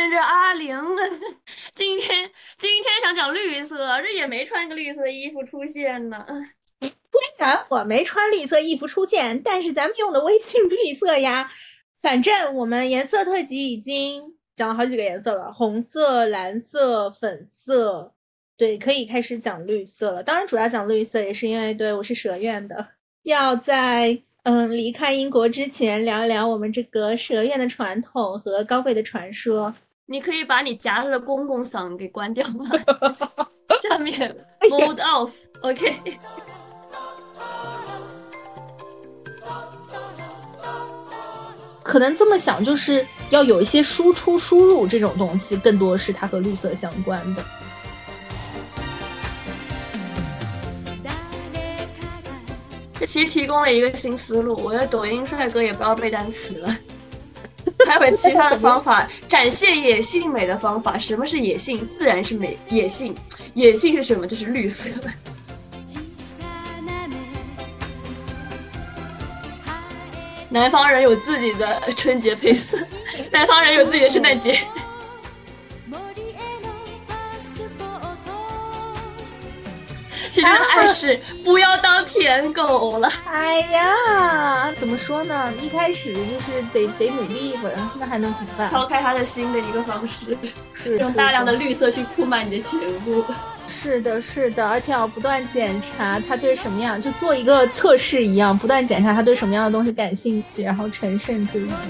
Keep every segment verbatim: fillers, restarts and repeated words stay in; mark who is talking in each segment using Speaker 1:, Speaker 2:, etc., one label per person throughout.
Speaker 1: 着阿玲，今天今天想讲绿色，这也没穿个绿色的衣服出现呢。
Speaker 2: 虽然我没穿绿色衣服出现，但是咱们用的微信绿色呀。反正我们颜色特辑已经讲了好几个颜色了，红色、蓝色、粉色，对，可以开始讲绿色了。当然，主要讲绿色也是因为，对，我是蛇院的，要在嗯离开英国之前聊一聊我们这个蛇院的传统和高贵的传说。
Speaker 1: 你可以把你夹着的公公嗓给关掉吗？下面 mode off，OK。
Speaker 2: 可能这么想，就是要有一些输出输入这种东西，更多是它和绿色相关的。
Speaker 1: 这其实提供了一个新思路，我的抖音帅哥也不要背单词了，还有其他的方法展现野性美的方法。什么是野性？自然是美。野性，野性是什么？就是绿色。南方人有自己的春节配色，南方人有自己的圣诞节。其实暗示不要当舔狗了。
Speaker 2: 哎呀，怎么说呢？一开始就是得得努力一会儿，那还能怎么办？
Speaker 1: 敲开他的心的一个方式，
Speaker 2: 是
Speaker 1: 用大量的绿色去铺满你的全部。
Speaker 2: 是的，是的，而且要不断检查他对什么样，就做一个测试一样，不断检查他对什么样的东西感兴趣，然后乘胜追击。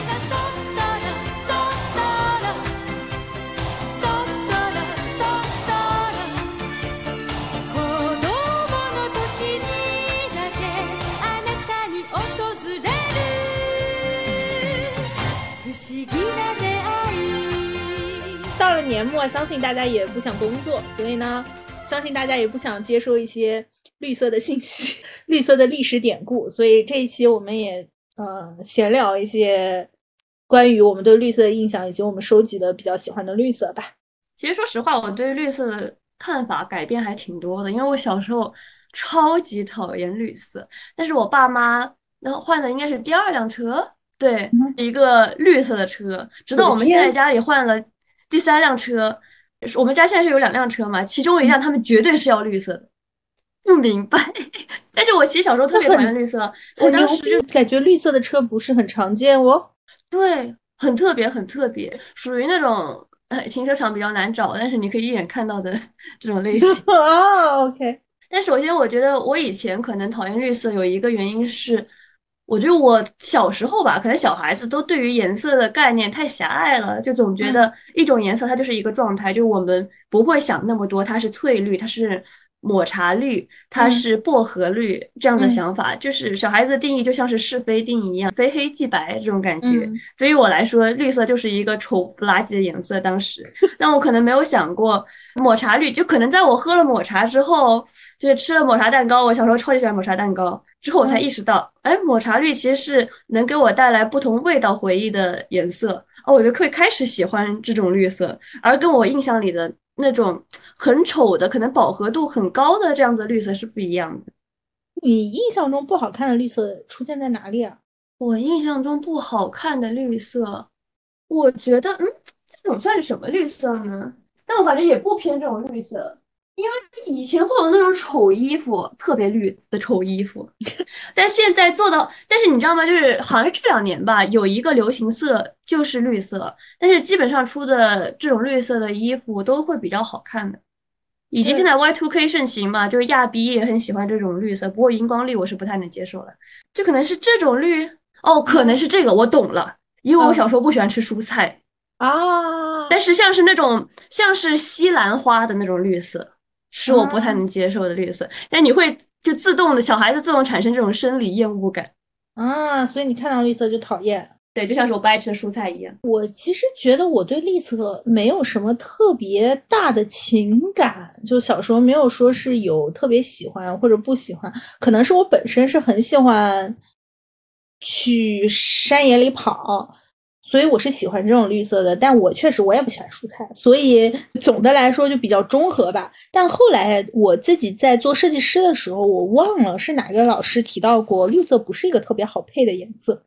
Speaker 2: 到了年末，相信大家也不想工作，所以呢，相信大家也不想接收一些绿色的信息、绿色的历史典故，所以这一期我们也呃闲聊一些关于我们对绿色的印象，以及我们收集的比较喜欢的绿色吧。
Speaker 1: 其实说实话，我对绿色的看法改变还挺多的，因为我小时候超级讨厌绿色，但是我爸妈然后换的应该是第二辆车，对，
Speaker 2: 嗯、
Speaker 1: 一个绿色的车，直到我们现在家里换了第三辆车，我们家现在是有两辆车嘛，其中一辆他们绝对是要绿色的，不明白。但是我其实小时候特别讨厌绿色，我当时就
Speaker 2: 感觉绿色的车不是很常见哦。
Speaker 1: 对，很特别，很特别，属于那种呃停车场比较难找，但是你可以一眼看到的这种类型。
Speaker 2: 哦，OK。
Speaker 1: 但首先，我觉得我以前可能讨厌绿色，有一个原因是，我觉得我小时候吧，可能小孩子都对于颜色的概念太狭隘了，就总觉得一种颜色它就是一个状态，就我们不会想那么多，它是翠绿，它是抹茶绿，它是薄荷绿这样的想法，就是小孩子的定义就像是是非定义一样，非黑即白这种感觉。对于我来说，绿色就是一个丑不拉几的颜色，当时，但我可能没有想过抹茶绿，就可能在我喝了抹茶之后。就是吃了抹茶蛋糕，我小时候超级喜欢抹茶蛋糕，之后我才意识到，哎，抹茶绿其实是能给我带来不同味道回忆的颜色，哦，我就会开始喜欢这种绿色，而跟我印象里的那种很丑的，可能饱和度很高的这样子的绿色是不一样的。
Speaker 2: 你印象中不好看的绿色出现在哪里啊？
Speaker 1: 我印象中不好看的绿色，我觉得，嗯，这种算是什么绿色呢？但我感觉也不偏这种绿色。因为以前会有那种丑衣服，特别绿的丑衣服，但现在做到，但是你知道吗？就是好像是这两年吧，有一个流行色就是绿色，但是基本上出的这种绿色的衣服都会比较好看的。以及现在 Y two K 盛行嘛，就是亚逼也很喜欢这种绿色，不过荧光绿我是不太能接受了。就可能是这种绿哦，可能是这个，我懂了，因为我小时候不喜欢吃蔬菜
Speaker 2: 啊，
Speaker 1: 但是像是那种像是西兰花的那种绿色。是我不太能接受的绿色，但你会就自动的小孩子自动产生这种生理厌恶感
Speaker 2: 啊，所以你看到绿色就讨厌。
Speaker 1: 对，就像是我不爱吃的蔬菜一样。
Speaker 2: 我其实觉得我对绿色没有什么特别大的情感，就小时候没有说是有特别喜欢或者不喜欢，可能是我本身是很喜欢去山野里跑。所以我是喜欢这种绿色的，但我确实我也不喜欢蔬菜，所以总的来说就比较中和吧。但后来我自己在做设计师的时候，我忘了是哪个老师提到过，绿色不是一个特别好配的颜色，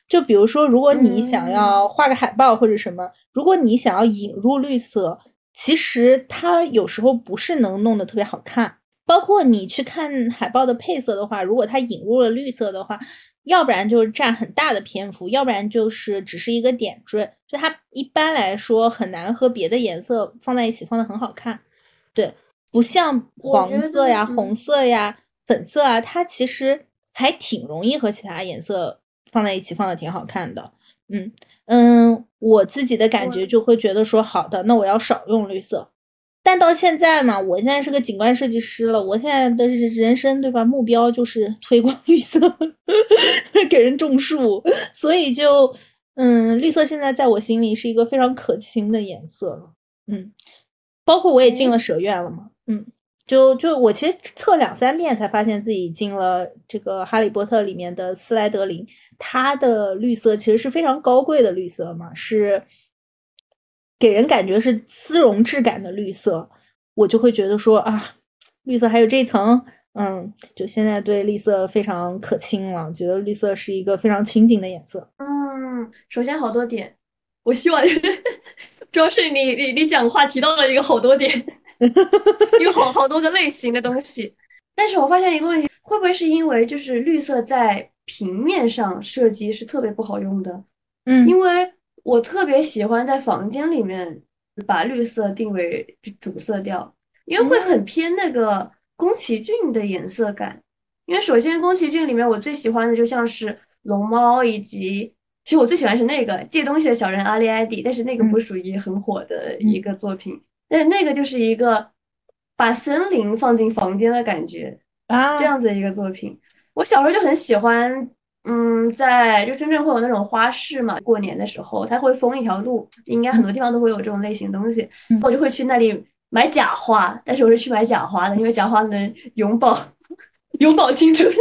Speaker 2: 就比如说，如果你想
Speaker 1: 嗯，
Speaker 2: 要画个海报或者什么，如果你想要引入绿色，其实它有时候不是能弄得特别好看。包括你去看海报的配色的话，如果它引入了绿色的话，要不然就是占很大的篇幅，要不然就是只是一个点缀，就它一般来说很难和别的颜色放在一起放的很好看。对，不像
Speaker 1: 我觉得，
Speaker 2: 黄色呀、红
Speaker 1: 嗯，
Speaker 2: 色呀、粉色啊，它其实还挺容易和其他颜色放在一起放的挺好看的。嗯嗯，我自己的感觉
Speaker 1: 我
Speaker 2: 就会觉得说，好的，那我要少用绿色。但到现在嘛，我现在是个景观设计师了，我现在的人生对吧，目标就是推广绿色，给人种树，所以就嗯，绿色现在在我心里是一个非常可亲的颜色了。嗯，包括我也进了
Speaker 1: 哎，
Speaker 2: 蛇院了嘛。嗯，就就我其实测两三遍才发现自己进了这个《哈利波特》里面的斯莱德林，它的绿色其实是非常高贵的绿色嘛，是给人感觉是丝绒质感的绿色，我就会觉得说啊，绿色还有这一层。嗯，就现在对绿色非常可亲了，觉得绿色是一个非常亲近的颜色。
Speaker 1: 嗯，首先好多点，我希望主要是你你你讲话提到了一个好多点，有好好多个类型的东西。但是我发现一个问题，会不会是因为就是绿色在平面上设计是特别不好用的？
Speaker 2: 嗯
Speaker 1: 因为我特别喜欢在房间里面把绿色定为主主色调，因为会很
Speaker 2: 嗯
Speaker 1: 偏那个宫崎骏的颜色感。因为首先宫崎骏里面我最喜欢的就像是龙猫，以及其实我最喜欢是那个借东西的小人阿利埃迪，但是那个不
Speaker 2: 嗯
Speaker 1: 属于很火的一
Speaker 2: 嗯
Speaker 1: 个作品。但是那个就是一个把森林放进房间的感觉，这
Speaker 2: 啊，
Speaker 1: 样子的一个作品。我小时候就很喜欢，嗯，在就深圳会有那种花市嘛，过年的时候它会封一条路，应该很
Speaker 2: 嗯
Speaker 1: 多地方都会有这种类型的东西，
Speaker 2: 嗯
Speaker 1: 我就会去那里买假花，但是我是去买假花的，因为假花能永葆永葆青春。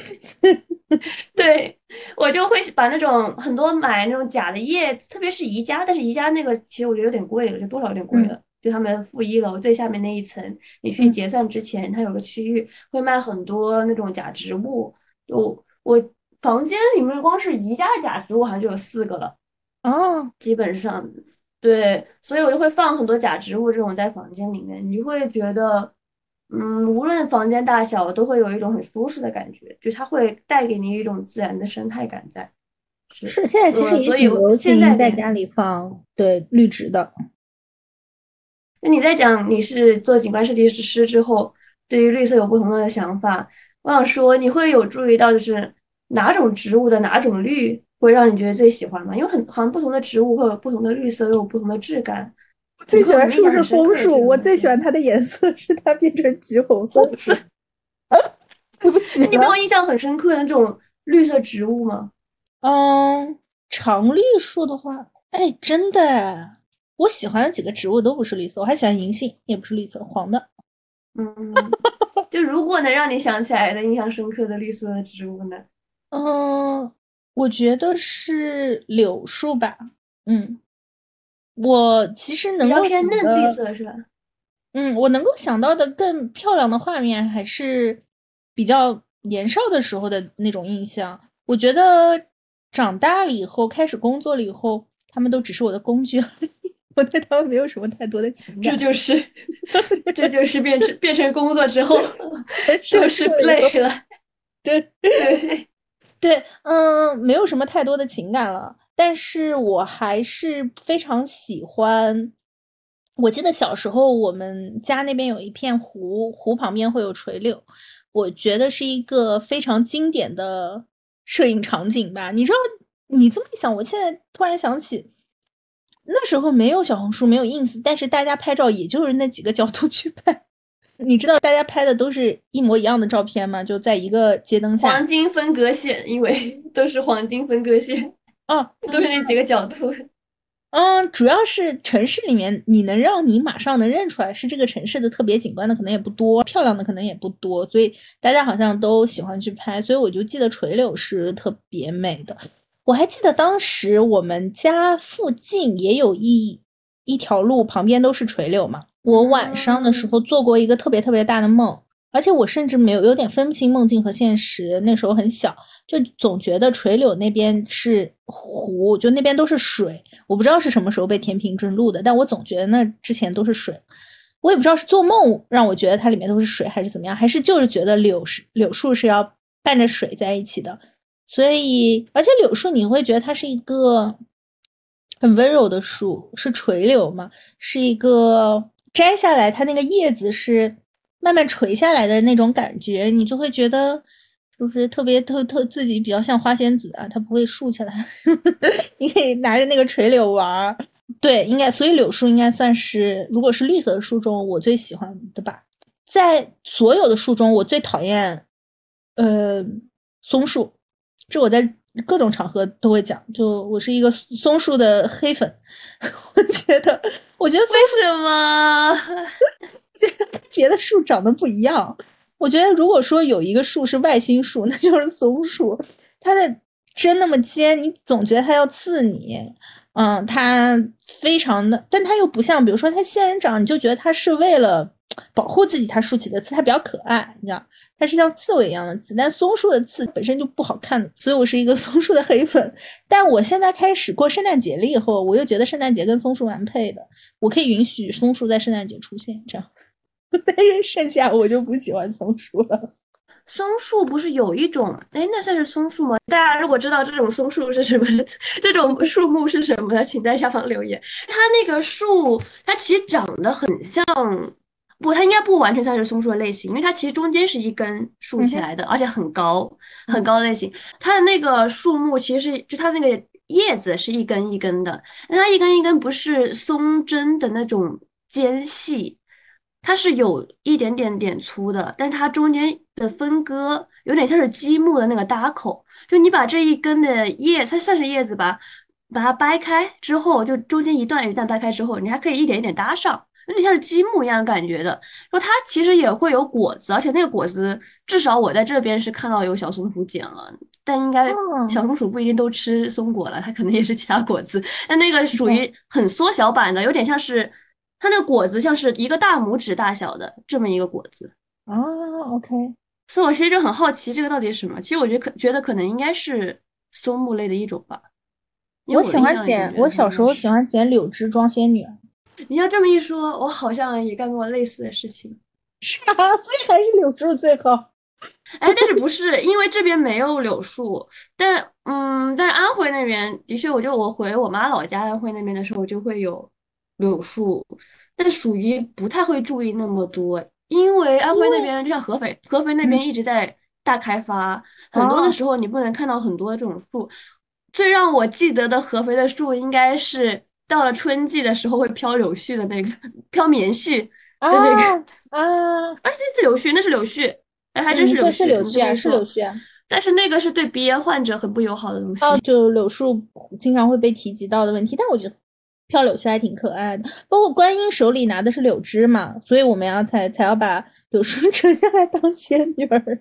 Speaker 1: 对，我就会把那种很多买那种假的叶子，特别是宜家，但是宜家那个其实我觉得有点贵了，就多少有点贵
Speaker 2: 嗯
Speaker 1: 了。就他们负一楼最下面那一层，你去
Speaker 2: 嗯
Speaker 1: 结算之前，它有个区域会卖很多那种假植物。就我房间里面光是宜家的假植物好像就有四个了，
Speaker 2: 哦。
Speaker 1: 基本上对，所以我就会放很多假植物这种在房间里面，你会觉得。嗯，无论房间大小，都会有一种很舒适的感觉，就它会带给你一种自然的生态感在。是，
Speaker 2: 是，现在其实
Speaker 1: 呃，
Speaker 2: 也
Speaker 1: 所以
Speaker 2: 挺流
Speaker 1: 现在连，
Speaker 2: 行在家里放对绿植的。
Speaker 1: 那你在讲你是做景观设计师之后，对于绿色有不同的想法，我想说，你会有注意到就是哪种植物的哪种绿会让你觉得最喜欢吗？因为很好像不同的植物会有不同的绿色，又有不同的质感，
Speaker 2: 最喜
Speaker 1: 你会有什么印
Speaker 2: 欢树是
Speaker 1: 象很深刻的这
Speaker 2: 枫树，我
Speaker 1: 种东西？
Speaker 2: 最喜欢它的颜色是它变成橘红色。
Speaker 1: 红色，
Speaker 2: 对不起
Speaker 1: 那你没有
Speaker 2: 了。
Speaker 1: 印象很深刻的那种绿色植物吗？
Speaker 2: 嗯，常绿树的话，哎，真的哎，我喜欢的几个植物都不是绿色，我还喜欢银杏，也不是绿色，黄的。
Speaker 1: 嗯，就如果能让你想起来的印象深刻的绿色的植物呢？
Speaker 2: 嗯，我觉得是柳树吧。嗯，我其实
Speaker 1: 比较
Speaker 2: 能够想
Speaker 1: 偏嫩绿
Speaker 2: 的。
Speaker 1: 色是吧？
Speaker 2: 嗯，我能够想到的更漂亮的画面还是比较年少的时候的那种印象。我觉得长大了以后，开始工作了以后，他们都只是我的工具而已，我对他们没有什么太多的情感。
Speaker 1: 这就是这就是变成变成工作之后
Speaker 2: 社畜
Speaker 1: 就是
Speaker 2: 了以后，
Speaker 1: 累了。
Speaker 2: 对
Speaker 1: 对，
Speaker 2: 对，嗯，没有什么太多的情感了。但是我还是非常喜欢。我记得小时候我们家那边有一片湖，湖旁边会有垂柳，我觉得是一个非常经典的摄影场景吧。你知道，你这么一想，我现在突然想起，那时候没有小红书，没有 ins，但是大家拍照也就是那几个角度去拍。你知道大家拍的都是一模一样的照片吗？就在一个街灯下。
Speaker 1: 黄金分割线，因为都是黄金分割线，
Speaker 2: 哦，
Speaker 1: 都是那几个角度。
Speaker 2: 嗯，主要是城市里面，你能让你马上能认出来是这个城市的特别景观的可能也不多，漂亮的可能也不多，所以大家好像都喜欢去拍。所以我就记得垂柳是特别美的。我还记得当时我们家附近也有一一条路，旁边都是垂柳嘛。我晚上的时候
Speaker 1: 嗯，
Speaker 2: 做过一个特别特别大的梦， 而且我甚至没有有点分不清梦境和现实，那时候很小，就总觉得垂柳那边是湖，就那边都是水。我不知道是什么时候被填平正路的，但我总觉得那之前都是水。我也不知道是做梦让我觉得它里面都是水，还是怎么样，还是就是觉得柳是柳树是要伴着水在一起的。所以，而且柳树你会觉得它是一个很温柔的树，是垂柳嘛，是一个摘下来它那个叶子是慢慢垂下来的那种感觉，你就会觉得就是特别特特自己比较像花仙子啊，它不会竖起来，你可以拿着那个垂柳玩。对，应该，所以柳树应该算是，如果是绿色的树中，我最喜欢的吧。在所有的树中，我最讨厌，呃，松树。这我在各种场合都会讲，就我是一个松树的黑粉。我觉得，我觉得松
Speaker 1: 为什么？
Speaker 2: 别的树长得不一样。我觉得如果说有一个树是外星树，那就是松树。它的针那么尖，你总觉得它要刺你。嗯，它非常的，但它又不像，比如说它仙人掌，你就觉得它是为了保护自己，它竖起的刺，它比较可爱，你知道，它是像刺猬一样的刺。但松树的刺本身就不好看，所以我是一个松树的黑粉。但我现在开始过圣诞节了以后，我又觉得圣诞节跟松树蛮配的，我可以允许松树在圣诞节出现，这样。但是剩下我就不喜欢松树了。
Speaker 1: 松树不是有一种，哎，那算是松树吗？大家如果知道这种松树是什么，这种树木是什么的，请在下方留言。它那个树，它其实长得很像，不，它应该不完全算是松树的类型，因为它其实中间是一根竖
Speaker 2: 嗯哼，
Speaker 1: 起来的，而且很高很
Speaker 2: 嗯
Speaker 1: 高的类型。它的那个树木其实是，就它那个叶子是一根一根的，但它一根一根不是松针的那种尖细。它是有一点点点粗的，但它中间的分割有点像是积木的那个搭口，就你把这一根的叶，它算是叶子吧，把它掰开之后，就中间一段一段掰开之后，你还可以一点一点搭上，有点像是积木一样感觉的。然后它其实也会有果子，而且那个果子至少我在这边是看到有小松鼠捡了，但应该
Speaker 2: 哦
Speaker 1: 小松鼠不一定都吃松果了，它可能也是其他果子。但那个属
Speaker 2: ，OK，
Speaker 1: 于很缩小版的，有点像是。它那个果子像是一个大拇指大小的这么一个果子，
Speaker 2: 啊，OK。
Speaker 1: 所以我其实就很好奇这个到底是什么。其实我觉得可觉得可能应该是松木类的一种吧，因
Speaker 2: 我喜
Speaker 1: 为我的印
Speaker 2: 欢捡，
Speaker 1: 象里总觉得
Speaker 2: 我小时候喜
Speaker 1: 它应该是。
Speaker 2: 欢捡柳枝装仙女。
Speaker 1: 你要这么一说，我好像也干过类似的事情。
Speaker 2: 是啊，所以还是柳枝最好。
Speaker 1: 哎，但是不是因为这边没有柳树，但嗯，在安徽那边的确，我就我回我妈老家安徽那边的时候就会有柳树，但属于不太会注意那么多，因为安徽那
Speaker 2: 因为，
Speaker 1: 边就像合肥，合肥那
Speaker 2: 嗯，
Speaker 1: 边一直在大开发，很多的
Speaker 2: 哦，
Speaker 1: 时候你不能看到很多这种树。最让我记得的合肥的树应该是到了春季的时候会飘柳絮的那个，飘棉絮
Speaker 2: 啊
Speaker 1: 的那个。
Speaker 2: 啊，
Speaker 1: 而且那是柳絮，那是柳絮，哎，还真
Speaker 2: 嗯，对，是
Speaker 1: 是柳絮。你这
Speaker 2: 柳絮啊，是柳
Speaker 1: 么一说，
Speaker 2: 絮啊。
Speaker 1: 但是那个是对鼻炎患者很不友好的东
Speaker 2: 哦，
Speaker 1: 西。
Speaker 2: 就柳树经常会被提及到的问题，但我觉得飘柳絮还挺可爱的。包括观音手里拿的是柳枝嘛，所以我们要才才要把柳树扯下来当仙女儿。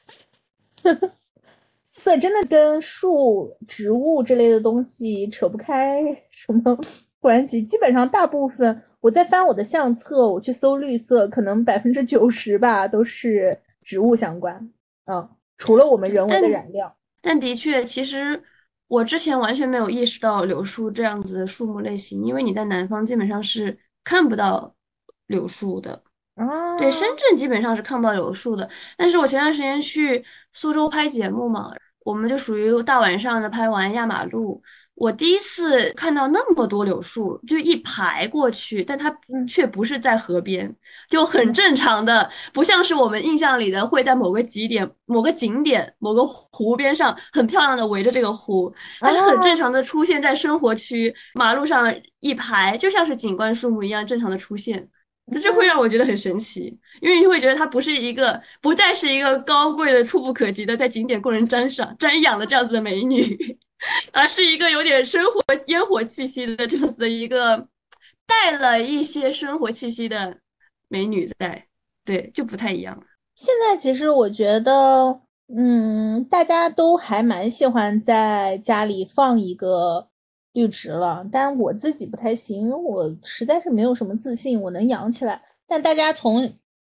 Speaker 2: 色真的跟树、植物之类的东西扯不开什么关系。基本上大部分我在翻我的相册，我去搜绿色，可能百分之九十吧都是植物相关。嗯，除了我们人为
Speaker 1: 但
Speaker 2: 的染料。
Speaker 1: 但的确，其实我之前完全没有意识到柳树这样子的树木类型，因为你在南方基本上是看不到柳树的。对，深
Speaker 2: 啊，
Speaker 1: 圳基本上是看不到柳树的。但是我前段时间去苏州拍节目嘛，我们就属于大晚上的拍完压马路。我第一次看到那么多柳树，就一排过去，但它
Speaker 2: 嗯
Speaker 1: 却不是在河边，就很
Speaker 2: 嗯
Speaker 1: 正常的，不像是我们印象里的会在某个极点、某个景点、某个湖边上很漂亮的围着这个湖，它是很正
Speaker 2: 啊，
Speaker 1: 常的出现在生活区马路上一排，就像是景观树木一样正常的出现。这就会
Speaker 2: 嗯
Speaker 1: 让我觉得很神奇，因为你会觉得它不是一个，不再是一个高贵的、触不可及的，在景点供人瞻赏、瞻仰的这样子的美女，而是一个有点生活烟火气息的这样子的一个带了一些生活气息的美女在，对，就不太一样。
Speaker 2: 现在其实我觉得，嗯，大家都还蛮喜欢在家里放一个绿植了，但我自己不太行，因为我实在是没有什么自信我能养起来。但大家从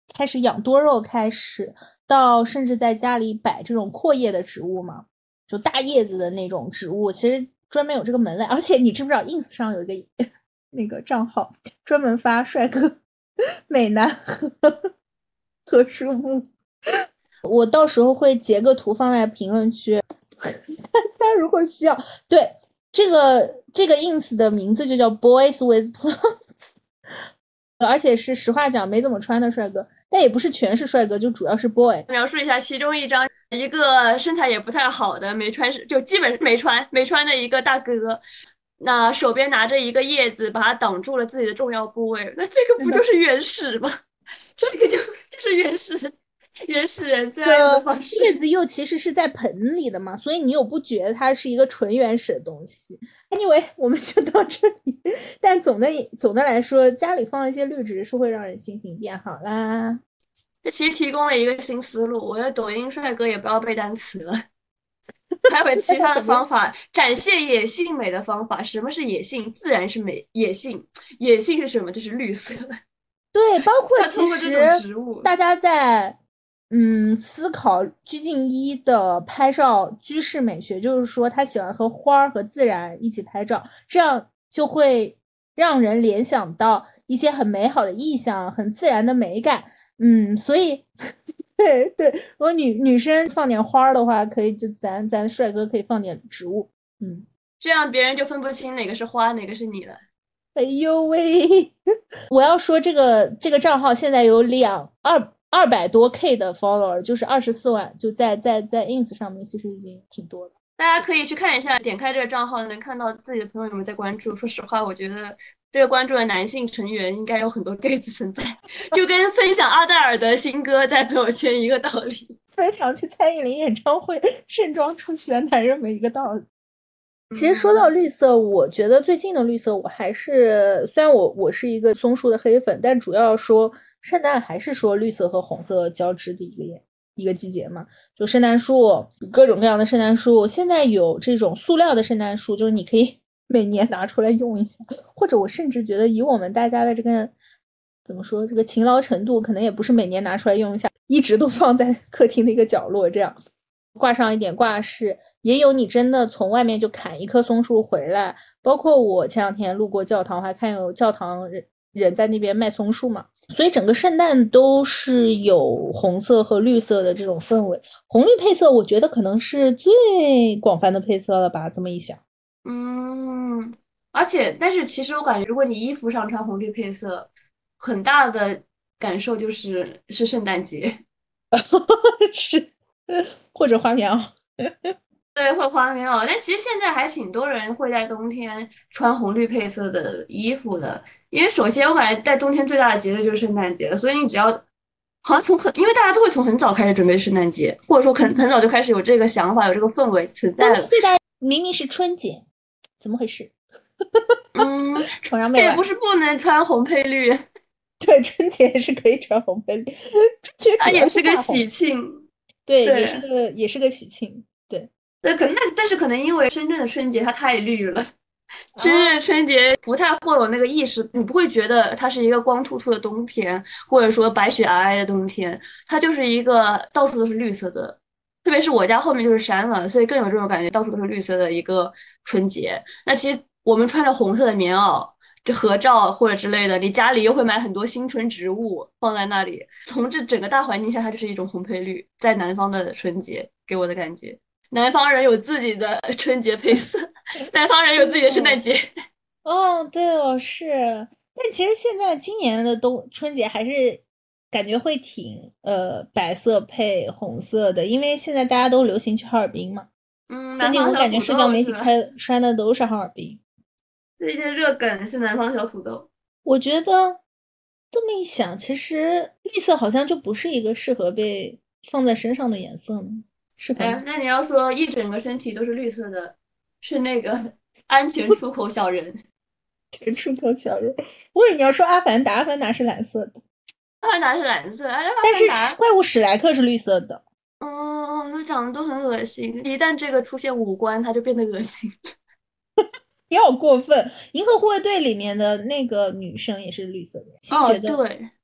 Speaker 2: 开始养多肉开始，到甚至在家里摆这种阔叶的植物嘛，就大叶子的那种植物，其实专门有这个门类。而且你知不知道 ins 上有一个那个账号专门发帅哥美男和和树木，我到时候会截个图放在评论区，大家如果需要。对，这个这个 ins 的名字就叫 boys with plants， 而且是实话讲没怎么穿的帅哥，但也不是全是帅哥，就主要是 boy。
Speaker 1: 描述一下其中一张，一个身材也不太好的没穿，就基本是没穿没穿的一个大哥，那手边拿着一个叶子，把它挡住了自己的重要部位，那这个不就是原始吗？这个就就是原始原始人最爱用的方式。
Speaker 2: 叶子又其实是在盆里的嘛，所以你又不觉得它是一个纯原始的东西。Anyway， 我们就到这里。但总的总的来说，家里放一些绿植是会让人心情变好啦。
Speaker 1: 这其实提供了一个新思路，我觉得抖音帅哥也不要背单词了，还有其他的方法展现野性美的方法。什么是野性？自然是美。野性，野性是什么？就是绿色。
Speaker 2: 对，包括其实大家在嗯思考鞠婧祎的拍照居室美学，就是说他喜欢和花和自然一起拍照，这样就会让人联想到一些很美好的意象，很自然的美感。嗯，所以对对，如果女女生放点花的话，可以就咱咱帅哥可以放点植物，嗯，
Speaker 1: 这样别人就分不清哪个是花，哪个是你了。
Speaker 2: 哎呦喂！我要说这个这个账号现在有两二二百多 K 的 follower， 就是二十四万，就在在在 ins 上面，其实已经挺多的。
Speaker 1: 大家可以去看一下，点开这个账号能看到自己的朋友有没有在关注。说实话，我觉得这个关注的男性成员应该有很多 gay 子存在，就跟分享阿黛尔的新歌在朋友圈一个道理。
Speaker 2: 分享去蔡依林演唱会盛装出席的男人们一个道理。其实说到绿色，我觉得最近的绿色我还是，虽然我我是一个松树的黑粉，但主要说圣诞还是说绿色和红色交织的一个一个季节嘛。就圣诞树，各种各样的圣诞树，现在有这种塑料的圣诞树，就是你可以每年拿出来用一下，或者我甚至觉得以我们大家的这个怎么说，这个勤劳程度，可能也不是每年拿出来用一下，一直都放在客厅的一个角落这样。挂上一点挂饰，也有你真的从外面就砍一棵松树回来，包括我前两天路过教堂，还看有教堂人人在那边卖松树嘛，所以整个圣诞都是有红色和绿色的这种氛围。红绿配色我觉得可能是最广泛的配色了吧，这么一想。
Speaker 1: 嗯，而且但是其实我感觉，如果你衣服上穿红绿配色，很大的感受就是是圣诞节。
Speaker 2: 是，或者花棉袄。
Speaker 1: 对，会花棉袄，但其实现在还挺多人会在冬天穿红绿配色的衣服的，因为首先我感觉在冬天最大的节日就是圣诞节了，所以你只要好像从很，因为大家都会从很早开始准备圣诞节，或者说可能很早就开始有这个想法，有这个氛围存在了。
Speaker 2: 最大明明是春节，怎么回事？
Speaker 1: 嗯，
Speaker 2: 崇洋媚外，
Speaker 1: 也不是不能穿红配绿。
Speaker 2: 对，春节是可以穿红配绿，春节
Speaker 1: 它也是个喜庆，
Speaker 2: 对，
Speaker 1: 对，
Speaker 2: 也是个也是个喜庆，对。
Speaker 1: 那可能那但是可能因为深圳的春节它太绿了，深圳的春节不太会有那个意识，你不会觉得它是一个光秃秃的冬天，或者说白雪皑皑的冬天，它就是一个到处都是绿色的。特别是我家后面就是山了，所以更有这种感觉，到处都是绿色的一个春节。那其实我们穿着红色的棉袄，这合照或者之类的，你家里又会买很多新春植物放在那里。从这整个大环境下，它就是一种红配绿，在南方的春节给我的感觉。南方人有自己的春节配色，南方人有自己的圣诞节。
Speaker 2: 哦，对哦，是。但其实现在今年的冬春节还是感觉会挺呃白色配红色的，因为现在大家都流行去哈尔滨嘛。
Speaker 1: 嗯，
Speaker 2: 最近我感觉社交媒体
Speaker 1: 穿
Speaker 2: 穿的都是哈尔滨。
Speaker 1: 最近热梗是南方小土豆。
Speaker 2: 我觉得这么一想，其实绿色好像就不是一个适合被放在身上的颜色呢。是吧？
Speaker 1: 哎，那你要说一整个身体都是绿色的，是那个安全出口小人。
Speaker 2: 安全出口小人，我以为你要说阿凡达，阿凡达是蓝色的。
Speaker 1: 阿凡达是蓝色，哎，
Speaker 2: 但是怪物史莱克是绿色的。
Speaker 1: 嗯，它长得都很恶心，一旦这个出现五官，它就变得恶心。
Speaker 2: 你好过分！银河护卫队里面的那个女生也是绿色的，新
Speaker 1: 哦，
Speaker 2: 觉得
Speaker 1: 对，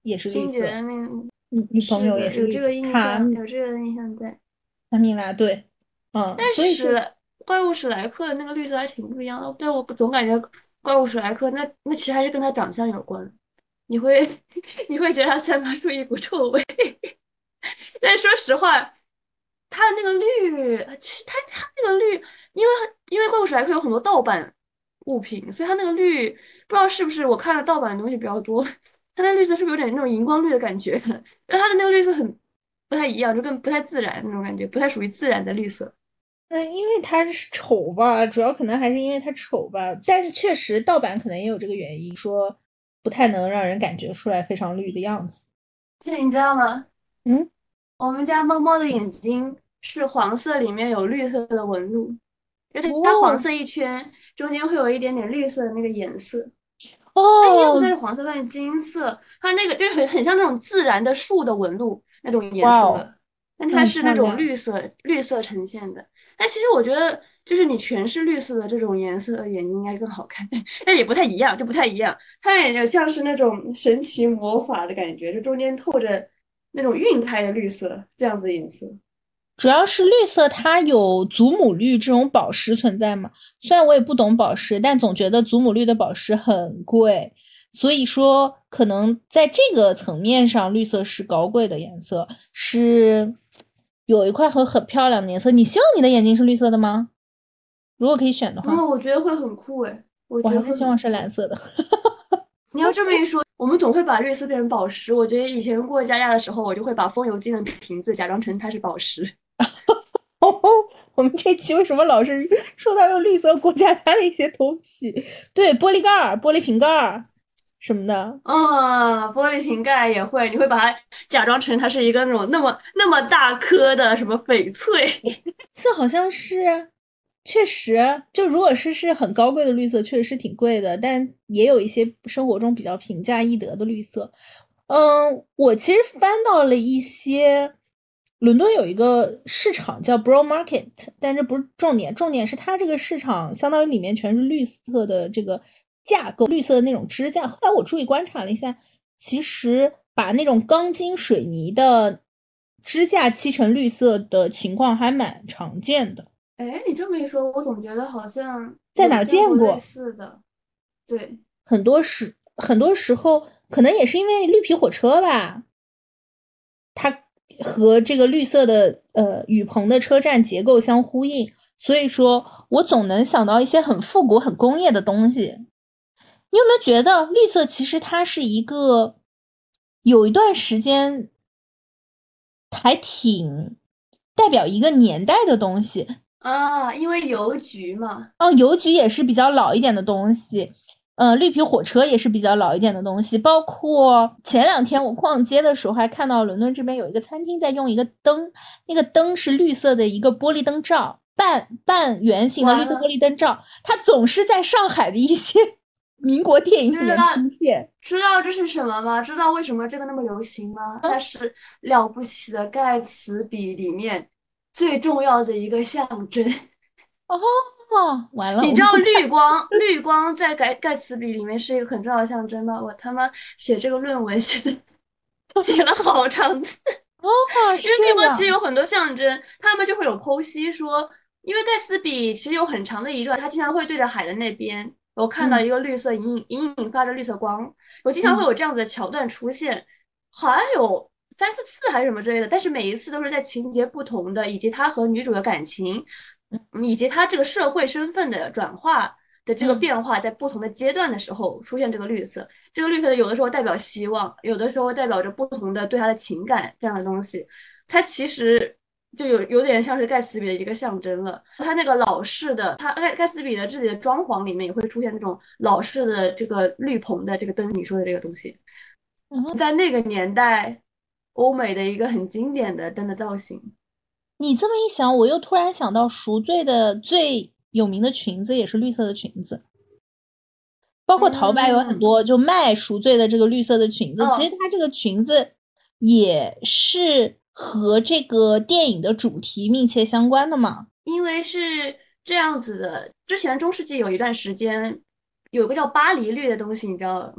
Speaker 2: 也是绿
Speaker 1: 星爵
Speaker 2: 色，
Speaker 1: 的那个
Speaker 2: 女女朋友也
Speaker 1: 是的，有这个
Speaker 2: 是绿色，卡
Speaker 1: 印象，有这个印象在。
Speaker 2: 卡米拉对，嗯，所以说
Speaker 1: 史莱怪物史莱克的那个绿色还挺不一样的，但我总感觉怪物史莱克那那其实还是跟他长相有关，你会你会觉得他散发出一股臭味。但说实话，它的那个绿，其实它它那个绿，因为因为怪物史莱克有很多盗版物品，所以它那个绿不知道是不是我看了盗版的东西比较多，它那绿色是不是有点那种荧光绿的感觉？然后它的那个绿色很不太一样，就跟不太自然那种感觉，不太属于自然的绿色。
Speaker 2: 那因为它是丑吧，主要可能还是因为它丑吧，但确实盗版可能也有这个原因，说不太能让人感觉出来非常绿的样子。
Speaker 1: 就是你知道吗？
Speaker 2: 嗯，
Speaker 1: 我们家猫猫的眼睛是黄色，里面有绿色的纹路，就是它黄
Speaker 2: 哦
Speaker 1: 色一圈，中间会有一点点绿色的那个颜色。它应该不算
Speaker 2: 哦，
Speaker 1: 是黄色，算是金色。它那个就是很很像那种自然的树的纹路那种颜
Speaker 2: 哇哦，
Speaker 1: 色，但
Speaker 2: 那很
Speaker 1: 它是那
Speaker 2: 漂亮。
Speaker 1: 种绿色绿色呈现的。但其实我觉得，就是你全是绿色的这种颜色的眼睛应该更好看，但也不太一样，就不太一样。它也有像是那种神奇魔法的感觉，就中间透着那种晕开的绿色，这样子的颜色。
Speaker 2: 主要是绿色，它有祖母绿这种宝石存在嘛。虽然我也不懂宝石，但总觉得祖母绿的宝石很贵，所以说可能在这个层面上，绿色是高贵的颜色，是有一块很很漂亮的颜色。你希望你的眼睛是绿色的吗？如果可以选的话，
Speaker 1: 然后我觉得会很酷诶，我
Speaker 2: 我
Speaker 1: 觉得
Speaker 2: 还是希望是
Speaker 1: 会很酷。
Speaker 2: 蓝色的。
Speaker 1: 你要这么一说，我们总会把绿色变成宝石。我觉得以前过家家的时候，我就会把风油精的瓶子假装成它是宝石。
Speaker 2: 哦，我们这期为什么老是说到用绿色过家家的一些东西？对，玻璃盖儿、玻璃瓶盖儿什么的。
Speaker 1: 嗯，玻璃瓶盖也会，你会把它假装成它是一个那种那么那么大颗的什么翡翠。
Speaker 2: 这好像是，确实，就如果是是很高贵的绿色，确实是挺贵的，但也有一些生活中比较平价易得的绿色。嗯，我其实翻到了一些，伦敦有一个市场叫 Borough Market，但这不是重点，重点是它这个市场相当于里面全是绿色的这个架构，绿色的那种支架。后来我注意观察了一下，其实把那种钢筋水泥的支架漆成绿色的情况还蛮常见的。
Speaker 1: 哎，你这么一说，我总觉得好像有
Speaker 2: 在哪儿
Speaker 1: 见过类
Speaker 2: 见过？
Speaker 1: 似的。对，
Speaker 2: 很多时很多时候可能也是因为绿皮火车吧，它和这个绿色的呃雨棚的车站结构相呼应，所以说我总能想到一些很复古、很工业的东西。你有没有觉得绿色其实它是一个有一段时间还挺代表一个年代的东西？
Speaker 1: 啊，因为邮局嘛。
Speaker 2: 哦，邮局也是比较老一点的东西，呃，绿皮火车也是比较老一点的东西。包括前两天我逛街的时候，还看到伦敦这边有一个餐厅在用一个灯，那个灯是绿色的一个玻璃灯罩，半半圆形的绿色玻
Speaker 1: 完了，
Speaker 2: 璃灯罩，它总是在上海的一些民国电影里
Speaker 1: 知道
Speaker 2: 面出现。
Speaker 1: 知道这是什么吗？知道为什么这个那么流行吗？它
Speaker 2: 嗯，
Speaker 1: 是了不起的盖茨比里面最重要的一个象征。
Speaker 2: 哦，完了，
Speaker 1: 你知道
Speaker 2: 我们不看。
Speaker 1: 绿光，绿光在盖盖茨比里面是一个很重要的象征吗？我他妈写这个论文写的写了好长字。
Speaker 2: 哦，是
Speaker 1: 因为绿光其实
Speaker 2: 这样。
Speaker 1: 有很多象征，他们就会有剖析说，因为盖茨比其实有很长的一段，他经常会对着海的那边，我看到
Speaker 2: 嗯
Speaker 1: 一个绿色隐隐隐隐发着绿色光，我经常会
Speaker 2: 嗯
Speaker 1: 有这样子的桥段出现，好像有三四次还是什么之类的，但是每一次都是在情节不同的，以及他和女主的感情，嗯以及他这个社会身份的转化的这个
Speaker 2: 嗯。
Speaker 1: 变化，在不同的阶段的时候出现这个绿色。这个绿色有的时候代表希望，有的时候代表着不同的对他的情感这样的东西。它其实就有有点像是盖茨比的一个象征了。它那个老式的，它盖盖茨比的自己的装潢里面也会出现这种老式的这个绿棚的这个灯，你说的这个东西，
Speaker 2: 嗯，
Speaker 1: 在那个年代，欧美的一个很经典的灯的造型。
Speaker 2: 你这么一想，我又突然想到赎罪的最有名的裙子也是绿色的裙子，包括淘宝有很
Speaker 1: 嗯，
Speaker 2: 多就卖赎罪的这个绿色的裙子。其实
Speaker 1: 哦，
Speaker 2: 它这个裙子也是和这个电影的主题密切相关的嘛。
Speaker 1: 因为是这样子的，之前中世纪有一段时间有个叫巴黎绿的东西，你知道吗？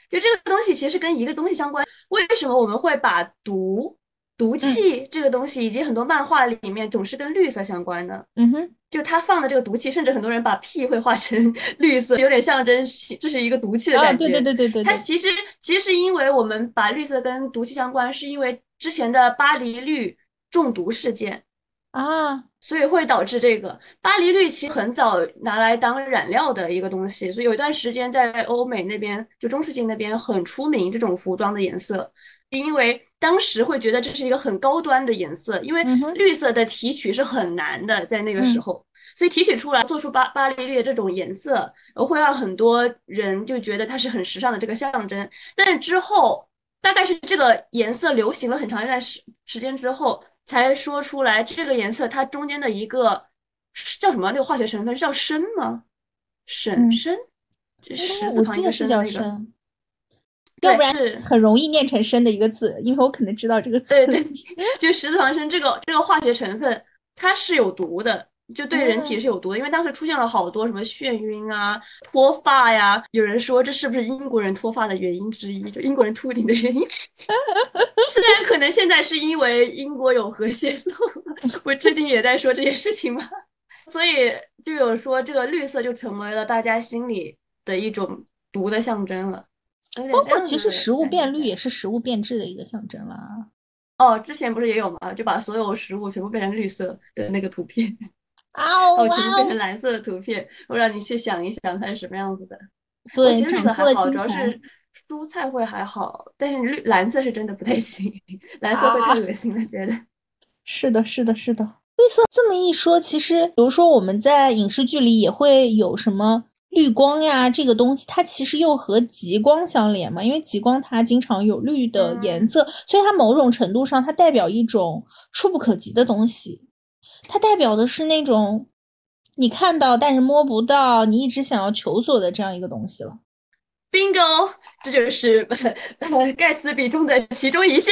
Speaker 1: 就这个东西其实跟一个东西相关。为什么我们会把毒、毒
Speaker 2: 嗯
Speaker 1: 气这个东西，以及很多漫画里面总是跟绿色相关呢？
Speaker 2: 嗯哼
Speaker 1: 就他放的这个毒气，甚至很多人把屁会画成绿色，有点象征这是一个毒气的
Speaker 2: 啊，
Speaker 1: 感觉。
Speaker 2: 对对对对对对
Speaker 1: 它其实其实是因为我们把绿色跟毒气相关，是因为之前的巴黎绿中毒事件。
Speaker 2: 啊，
Speaker 1: 所以会导致这个巴黎绿其实很早拿来当染料的一个东西，所以有一段时间在欧美那边，就中世纪那边很出名这种服装的颜色，因为当时会觉得这是一个很高端的颜色，因为
Speaker 2: 嗯哼
Speaker 1: 绿色的提取是很难的，在那个时
Speaker 2: 嗯
Speaker 1: 候，所以提取出来做出巴巴黎绿的这种颜色，呃会让很多人就觉得它是很时尚的这个象征。但是之后，大概是这个颜色流行了很长一段时时间之后。才说出来这个颜色它中间的一个叫什么？那个化学成分是叫砷吗？沈
Speaker 2: 嗯，
Speaker 1: 砷，
Speaker 2: 应该
Speaker 1: 石字旁一个
Speaker 2: 我记得是
Speaker 1: 申的那个，
Speaker 2: 叫砷，要不
Speaker 1: 对，
Speaker 2: 然
Speaker 1: 是，
Speaker 2: 很容易念成砷的一个字，因为我可能知道这个词。
Speaker 1: 对对，就石字旁砷这个这个化学成分，它是有毒的。就对人体
Speaker 2: 嗯，
Speaker 1: 是有毒的，因为当时出现了好多什么眩晕啊、脱发呀，有人说这是不是英国人脱发的原因之一，就英国人秃顶的原因之一。虽然可能现在是因为英国有核泄漏，我最近也在说这件事情嘛。所以就有说这个绿色就成为了大家心里的一种毒的象征了，有点这
Speaker 2: 包括
Speaker 1: 样子的
Speaker 2: 其实食物
Speaker 1: 感觉在。
Speaker 2: 变绿也是食物变质的一个象征啦。
Speaker 1: 哦，之前不是也有吗？就把所有食物全部变成绿色的那个图片，
Speaker 2: 啊哦
Speaker 1: 哦，全部变成
Speaker 2: 哇哦，
Speaker 1: 蓝色的图片，我让你去想一想它是什么样子的。我
Speaker 2: 对，
Speaker 1: 其实绿
Speaker 2: 长出了
Speaker 1: 色还好，
Speaker 2: 金牌
Speaker 1: 主要是蔬菜会还好，但是绿蓝色是真的不太行，蓝色会太
Speaker 2: 啊！
Speaker 1: 恶心了，觉得。
Speaker 2: 是的，是的，是的。这么一说，其实比如说我们在影视剧里也会有什么绿光呀，这个东西它其实又和极光相连嘛，因为极光它经常有绿的颜
Speaker 1: 嗯，
Speaker 2: 色，所以它某种程度上它代表一种触不可及的东西，它代表的是那种你看到但是摸不到，你一直想要求索的这样一个东西了。
Speaker 1: bingo，这就是呃盖茨比中的其中一项。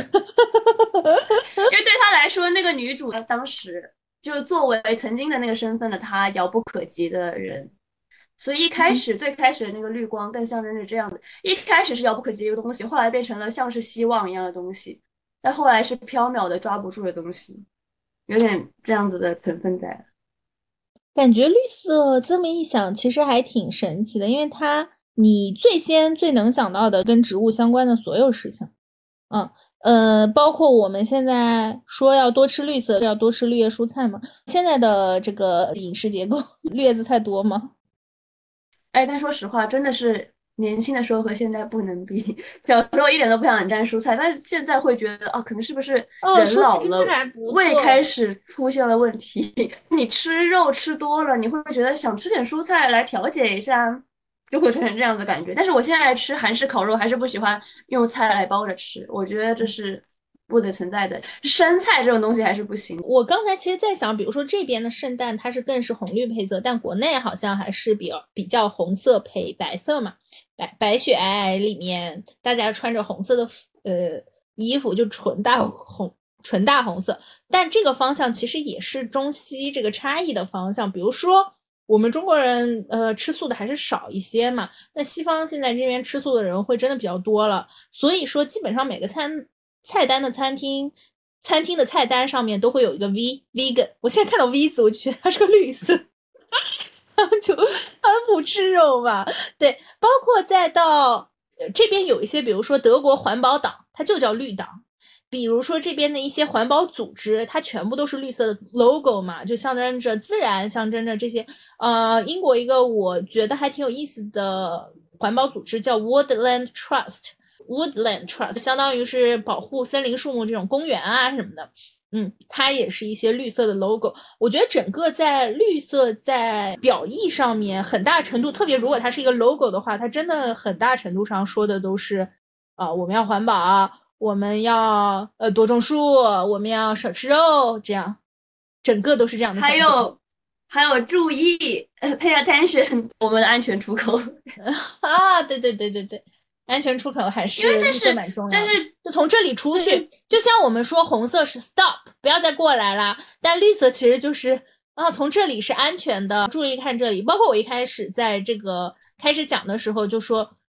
Speaker 1: 因为对他来说，那个女主当时就作为曾经的那个身份的她遥不可及的人，所以一开
Speaker 2: 嗯，
Speaker 1: 始最开始的那个绿光更象征着这样的，一开始是遥不可及的一个东西，后来变成了像是希望一样的东西，再后来是缥缈的抓不住的东西，有点这样子的成分在。
Speaker 2: 感觉绿色这么一想，其实还挺神奇的，因为它你最先最能想到的跟植物相关的所有事情。嗯，呃，包括我们现在说要多吃绿色，要多吃绿叶蔬菜嘛。现在的这个饮食结构，绿叶子太多吗？
Speaker 1: 哎，但说实话，真的是年轻的时候和现在不能比。小时候一点都不想沾蔬菜，但是现在会觉得啊，可能是不是
Speaker 2: 哦，
Speaker 1: 人
Speaker 2: 蔬菜
Speaker 1: 老了，
Speaker 2: 真的还不
Speaker 1: 胃开
Speaker 2: 错。
Speaker 1: 始出现了问题。你吃肉吃多了，你会觉得想吃点蔬菜来调节一下，就会产生这样的感觉。但是我现在吃韩式烤肉，还是不喜欢用菜来包着吃，我觉得这是不得存在的。生菜这种东西还是不行。
Speaker 2: 我刚才其实在想，比如说这边的圣诞它是更是红绿配色，但国内好像还是比较比较红色配白色嘛。白白雪皑皑里面大家穿着红色的呃衣服，就纯大红纯大红色。但这个方向其实也是中西这个差异的方向。比如说我们中国人呃吃素的还是少一些嘛，那西方现在这边吃素的人会真的比较多了，所以说基本上每个餐菜单的餐厅。餐厅的菜单上面都会有一个 V vegan，我现在看到 V 字，我觉得它是个绿色，就他们不吃肉吧？对，包括再到呃这边有一些，比如说德国环保党，它就叫绿党。比如说这边的一些环保组织，它全部都是绿色的 logo 嘛，就象征着自然，象征着这些。呃，英国一个我觉得还挺有意思的环保组织叫 Woodland Trust，Woodland Trust 相当于是保护森林树木这种公园啊什么的。嗯，它也是一些绿色的 logo。我觉得整个在绿色在表意上面，很大程度，特别如果它是一个 logo 的话，它真的很大程度上说的都是，啊、呃，我们要环保，我们要呃多种树，我们要少吃肉，这样，整个都是这样的象征。
Speaker 1: 还有还有注意，呃，pay attention，我们的安全出口。
Speaker 2: 啊，对对对对对，安全出口还
Speaker 1: 因为
Speaker 2: 是绿色
Speaker 1: 但是
Speaker 2: 蛮重要的。
Speaker 1: 但是
Speaker 2: 就从这里出去，
Speaker 1: 但是
Speaker 2: 就像我们说红色是 stop，不要再过来啦，但绿色其实就是啊，从这里是安全的，注意看这里。包括我一开始在这个开始讲的时候就说，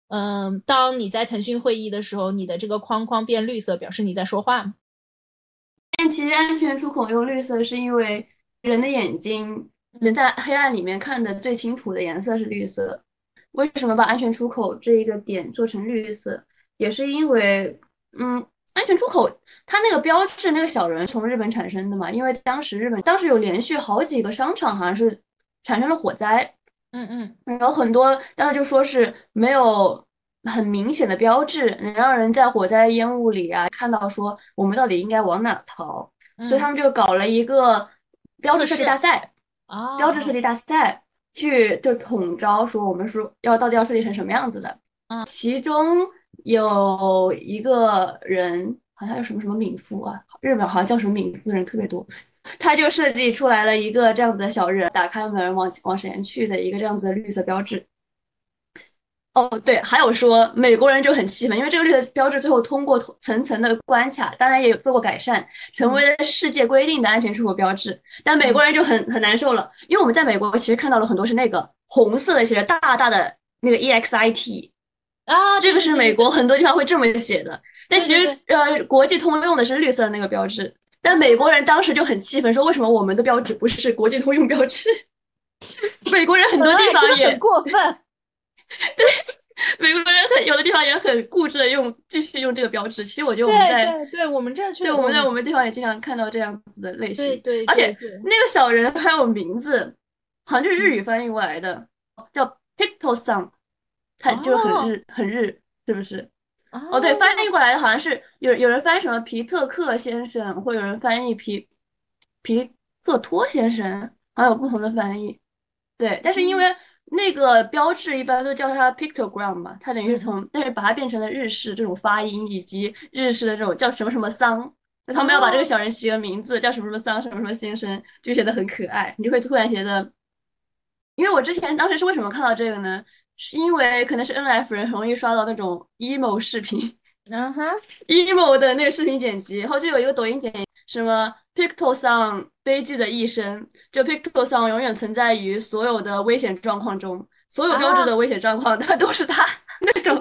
Speaker 2: 嗯，当你在腾讯会议的时候，你的这个框框变绿色，表示你在说话吗？
Speaker 1: 但其实安全出口用绿色是因为人的眼睛能在黑暗里面看的最清楚的颜色是绿色。为什么把安全出口这一个点做成绿色，也是因为，嗯，安全出口它那个标志那个小人从日本产生的嘛，因为当时日本当时有连续好几个商场好像是产生了火灾，
Speaker 2: 嗯嗯
Speaker 1: 然后很多当时就说是没有很明显的标志，能让人在火灾烟雾里啊看到说我们到底应该往哪逃，所以他
Speaker 2: 嗯，
Speaker 1: 们就搞了一个标志设计
Speaker 2: 测试
Speaker 1: 大赛，标志设
Speaker 2: 啊
Speaker 1: 计大赛去就统招说我们说要到底要设计成什么样子的，
Speaker 2: 啊
Speaker 1: 其中有一个人好像有什么什么敏夫啊，日本好像叫什么敏夫的人特别多。他就设计出来了一个这样子的小人，打开门往往前去的一个这样子的绿色标志。哦，对，还有说美国人就很气愤，因为这个绿色标志最后通过层层的关卡，当然也有做过改善，成
Speaker 2: 嗯
Speaker 1: 为了世界规定的安全出口标志。但美国
Speaker 2: 嗯
Speaker 1: 人就很很难受了，因为我们在美国其实看到了很多是那个红色的写着大大的那个 E X I T，
Speaker 2: 啊，对
Speaker 1: 这个是美
Speaker 2: 对对对对
Speaker 1: 国很多地方会这么写的，但其实
Speaker 2: 对对对，
Speaker 1: 呃国际通用的是绿色的那个标志。但美国人当时就很气愤，说为什么我们的标志不是国际通用标志？美国人很多地
Speaker 2: 文案真的很
Speaker 1: 方也
Speaker 2: 过分。
Speaker 1: 美国人很有的地方也很固执的用继续用这个标志。其实我觉得我们
Speaker 2: 对
Speaker 1: 在
Speaker 2: 对对，我们这儿
Speaker 1: 对
Speaker 2: 确我们
Speaker 1: 我们在我们地方也经常看到这样子的类型，
Speaker 2: 对对
Speaker 1: 而且
Speaker 2: 对对，
Speaker 1: 那个小人还有名字，好像就是日
Speaker 2: 嗯
Speaker 1: 语翻译过来的，叫 Picto Sun，它就是很
Speaker 2: 哦
Speaker 1: 日很日，是不是？哦，对，翻译
Speaker 2: 哦
Speaker 1: 过来的好像是有有人翻译什么皮特克先生，或有人翻译皮皮克托先生，好像有不同的翻译。对，但是因为
Speaker 2: 嗯
Speaker 1: 那个标志一般都叫它 pictogram 嘛，它等于是
Speaker 2: 嗯嗯
Speaker 1: 从，但是把它变成了日式这种发音，以及日式的这种叫什么什么桑，就他们要把这个
Speaker 2: 哦
Speaker 1: 小人起个名字，叫什么什么桑，什么什么先生，就显得很可爱，你就会突然觉得，因为我之前当时是为什么看到这个呢？是因为可能是 N F 人很容易刷到那种 emo 视频，
Speaker 2: 嗯哈
Speaker 1: emo 的那个视频剪辑，然后就有一个抖音剪辑，什么 Picto Song 悲剧的一生，就 Picto Song 永远存在于所有的危险状况中，所有标志的
Speaker 2: 啊，
Speaker 1: 危险状况，它都是他那种，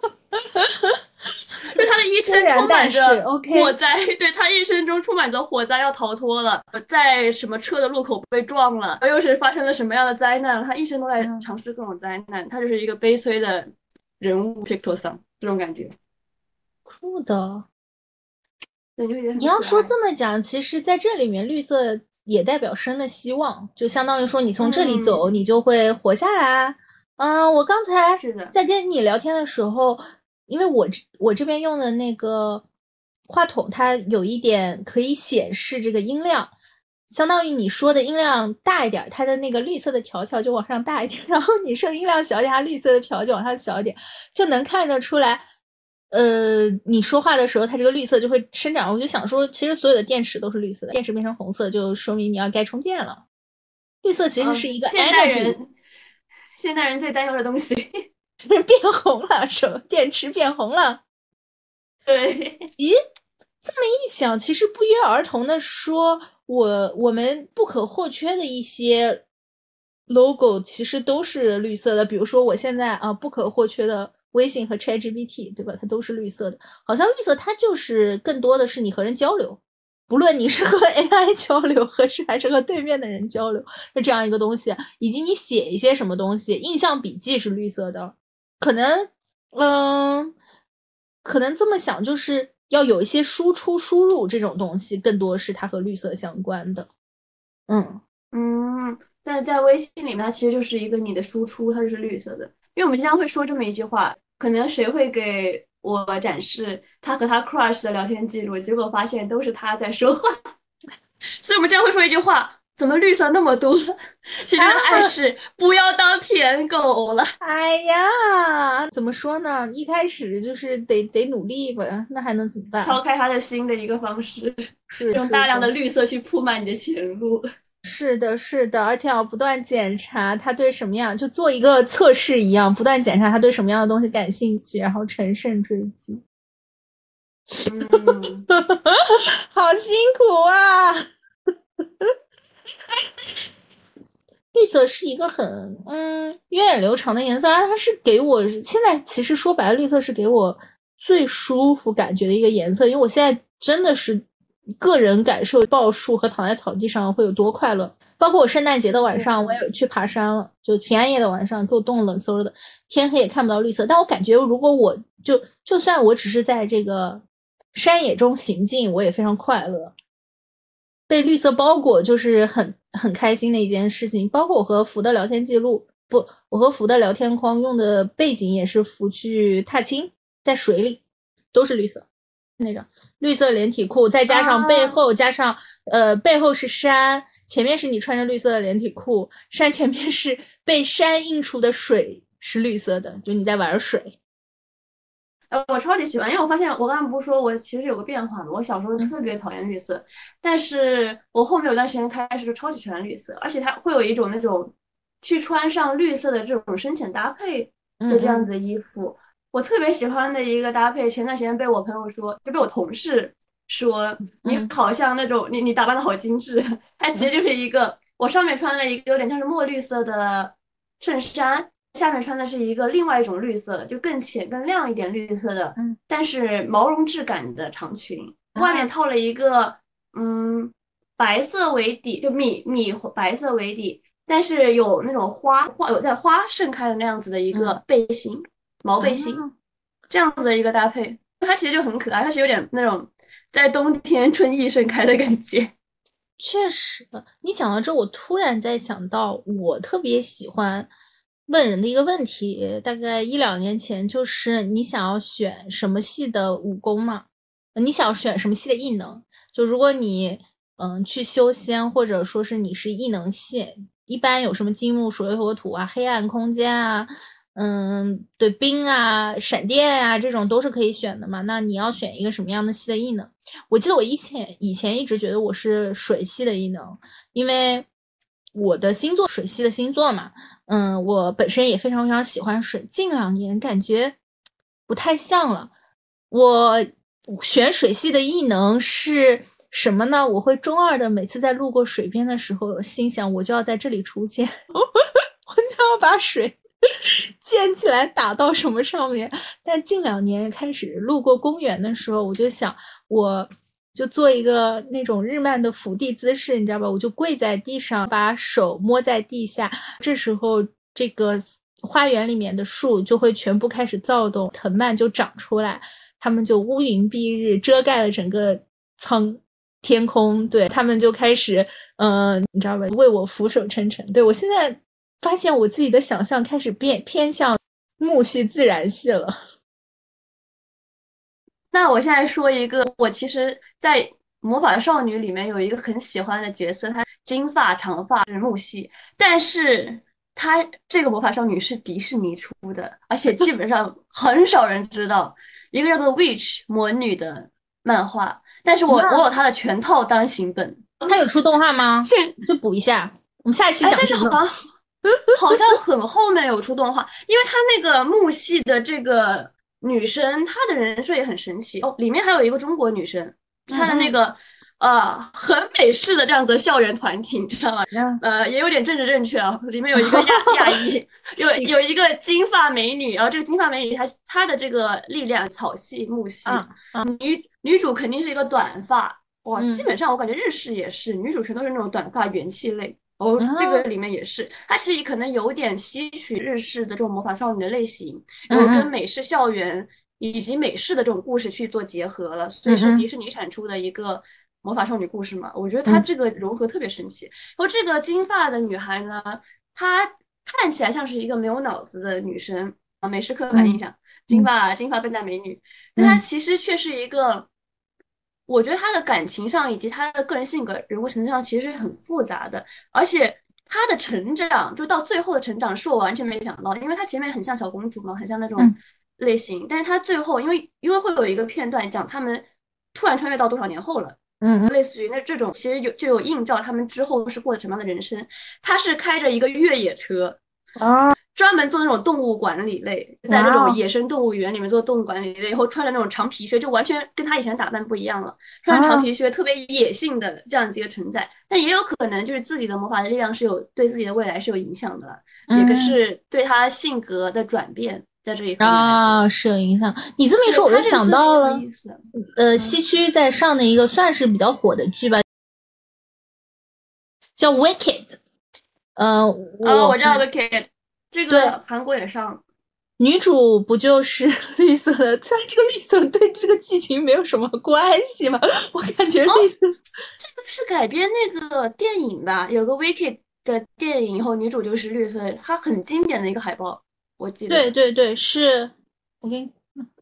Speaker 1: 就他的一生
Speaker 2: 虽然
Speaker 1: 充
Speaker 2: 但是
Speaker 1: 满着火
Speaker 2: ，OK，
Speaker 1: 灾，对他一生中充满着火灾要逃脱了，在什么车的路口被撞了，又是发生了什么样的灾难，他一生都在
Speaker 2: 嗯，
Speaker 1: 尝试各种灾难，他就是一个悲催的人物 Picto Song 这种感觉，
Speaker 2: 酷的。
Speaker 1: 对，你就会觉得
Speaker 2: 你要说
Speaker 1: 很可爱。
Speaker 2: 这么讲，其实在这里面绿色也代表生的希望，就相当于说你从这里走，
Speaker 1: 嗯，
Speaker 2: 你就会活下来。嗯，我刚才
Speaker 1: 是的，
Speaker 2: 在跟你聊天的时候，因为我这我这边用的那个话筒，它有一点可以显示这个音量，相当于你说的音量大一点儿，它的那个绿色的条条就往上大一点，然后你说的音量小一点，它绿色的条就往上小一点，就能看得出来。呃，你说话的时候，它这个绿色就会生长。我就想说，其实所有的电池都是绿色的，电池变成红色，就说明你要该充电了。绿色其实是
Speaker 1: 嗯，
Speaker 2: 一个
Speaker 1: 现代
Speaker 2: energy，
Speaker 1: 人，现代人最担忧的东西，
Speaker 2: 变红了，手电池变红了。
Speaker 1: 对，
Speaker 2: 咦，这么一想，其实不约而同的说，我我们不可或缺的一些 logo 其实都是绿色的。比如说，我现在啊，不可或缺的微信和 ChatGPT，对吧？它都是绿色的。好像绿色它就是更多的是你和人交流，不论你是和 A I 交流，还是还是和对面的人交流，是这样一个东西。以及你写一些什么东西，印象笔记是绿色的，可能，嗯。可能这么想，就是要有一些输出、输入这种东西，更多是它和绿色相关的。嗯
Speaker 1: 嗯，但是在微信里面，它其实就是一个你的输出，它就是绿色的。因为我们经常会说这么一句话，可能谁会给我展示他和他 crush 的聊天记录，结果发现都是他在说话。所以我们经常会说一句话：怎么绿色那么多？其实就是暗
Speaker 2: 啊，
Speaker 1: 示不要当舔狗了。
Speaker 2: 哎呀，怎么说呢？一开始就是得得努力吧，那还能怎么办？
Speaker 1: 敲开他的心的一个方式，
Speaker 2: 是
Speaker 1: 用大量的
Speaker 2: 是的，
Speaker 1: 绿色去铺满你的前路。
Speaker 2: 是的，是的，而且要不断检查他对什么样，就做一个测试一样，不断检查他对什么样的东西感兴趣，然后乘胜追击。
Speaker 1: 嗯，
Speaker 2: 好辛苦啊！ 绿色是一个很嗯源远流长的颜色，而它是给我现在其实说白了，绿色是给我最舒服感觉的一个颜色，因为我现在真的是个人感受抱树和躺在草地上会有多快乐。包括我圣诞节的晚上，我也去爬山了，就平安夜的晚上，给我冻冷飕的，天黑也看不到绿色。但我感觉，如果我就就算我只是在这个山野中行进，我也非常快乐。被绿色包裹就是很很开心的一件事情。包括我和福的聊天记录，不，我和福的聊天框用的背景也是福去踏青，在水里，都是绿色。那种绿色连体裤，再加上背后、啊、加上呃背后是山，前面是你穿着绿色的连体裤，山前面是被山映出的水是绿色的，就你在玩水。
Speaker 1: 呃，我超级喜欢，因为我发现我刚刚不是说我其实有个变化嘛，我小时候特别讨厌绿色，嗯、但是我后面有段时间开始就超级喜欢绿色，而且它会有一种那种去穿上绿色的这种深浅搭配的这样子的衣服。嗯嗯我特别喜欢的一个搭配，前段时间被我朋友说，就被我同事说，你好像那种、嗯、你你打扮的好精致，它其实就是一个我上面穿了一个有点像是墨绿色的衬衫，下面穿的是一个另外一种绿色，就更浅更亮一点绿色的，嗯、但是毛绒质感的长裙，外面套了一个嗯白色为底，就米米白色为底，但是有那种花花有在花盛开的那样子的一个背心。嗯毛背心、啊、这样子的一个搭配，它其实就很可爱，它是有点那种在冬天春意盛开的感觉。
Speaker 2: 确实，你讲到这，我突然在想到，我特别喜欢问人的一个问题，大概一两年前，就是你想要选什么系的武功吗？你想选什么系的异能？就如果你嗯去修仙，或者说是你是异能系，一般有什么金木水火土啊、黑暗空间啊。嗯，对，冰啊、闪电啊，这种都是可以选的嘛。那你要选一个什么样的系的异能？我记得我以前以前一直觉得我是水系的异能，因为我的星座水系的星座嘛。嗯，我本身也非常非常喜欢水，近两年感觉不太像了。我选水系的异能是什么呢？我会中二的每次在路过水边的时候，心想我就要在这里出现，我就要把水溅起来打到什么上面。但近两年开始路过公园的时候，我就想我就做一个那种日漫的伏地姿势，你知道吧？我就跪在地上，把手摸在地下，这时候这个花园里面的树就会全部开始躁动，藤蔓就长出来，它们就乌云蔽日，遮盖了整个苍天空。对，他们就开始嗯、呃，你知道吧，为我俯首称臣。对，我现在发现我自己的想象开始变偏向木系自然系了。
Speaker 1: 那我现在说一个，我其实在魔法少女里面有一个很喜欢的角色，她金发长发是木系，但是她这个魔法少女是迪士尼出的，而且基本上很少人知道，一个叫做 Witch 魔女的漫画，但是我我有她的全套单行本。
Speaker 2: 她有出动画吗？就补一下，我们下一期讲。
Speaker 1: 哎，但是好像好像很后面有出动画，因为她那个木系的这个女生，她的人设也很神奇哦。里面还有一个中国女生，她的那个、嗯、呃很美式的这样子的校园团体，你知道吗？嗯、呃，也有点政治正确啊。里面有一个亚亚裔，有有一个金发美女，然后这个金发美女她她的这个力量草系木系，嗯嗯、女女主肯定是一个短发。哇，基本上我感觉日式也是，女主全都是那种短发元气类。哦，这个里面也是，它其实可能有点吸取日式的这种魔法少女的类型，然后跟美式校园以及美式的这种故事去做结合了，所以是迪士尼产出的一个魔法少女故事嘛。我觉得它这个融合特别神奇。然后这个金发的女孩呢，她看起来像是一个没有脑子的女生啊，美式刻板印象，金发金发笨蛋美女，但她其实却是一个。我觉得他的感情上以及他的个人性格、人物形象其实是很复杂的，而且他的成长，就到最后的成长是我完全没想到的，因为他前面很像小公主嘛，很像那种类型，嗯、但是他最后，因为因为会有一个片段讲他们突然穿越到多少年后了，嗯，类似于那这种，其实有就有映照他们之后是过的什么样的人生。他是开着一个越野车啊， 专门做那种动物管理类，在这
Speaker 2: 哇哦
Speaker 1: 种野生动物园里面做动物管理类，以后穿着那种长皮靴，就完全跟他以前打扮不一样了。穿着长
Speaker 2: 啊
Speaker 1: 皮靴，特别野性的这样子一个存在，但也有可能就是自己的魔法的力量是有对自己的未来是有影响的，也
Speaker 2: 嗯
Speaker 1: 是对他性格的转变在这一方面来说，
Speaker 2: 啊是有影响。你这么一说，我就
Speaker 1: 对他这个
Speaker 2: 想到了，
Speaker 1: 设定很有意思。
Speaker 2: 呃，
Speaker 1: 嗯，
Speaker 2: 西区在上的一个算是比较火的剧吧，叫《Wicked》。呃，
Speaker 1: 哦，
Speaker 2: 我
Speaker 1: 我知道 Wicked，这
Speaker 2: 对
Speaker 1: 个韩国也上。
Speaker 2: 女主不就是绿色的？虽然这个绿色对这个剧情没有什么关系嘛，我感觉
Speaker 1: 哦，
Speaker 2: 绿色
Speaker 1: 这个是改编那个电影吧？有个 Wicked 的电影，以后女主就是绿色的，它很经典的一个海报，我记得。
Speaker 2: 对对对，是我给你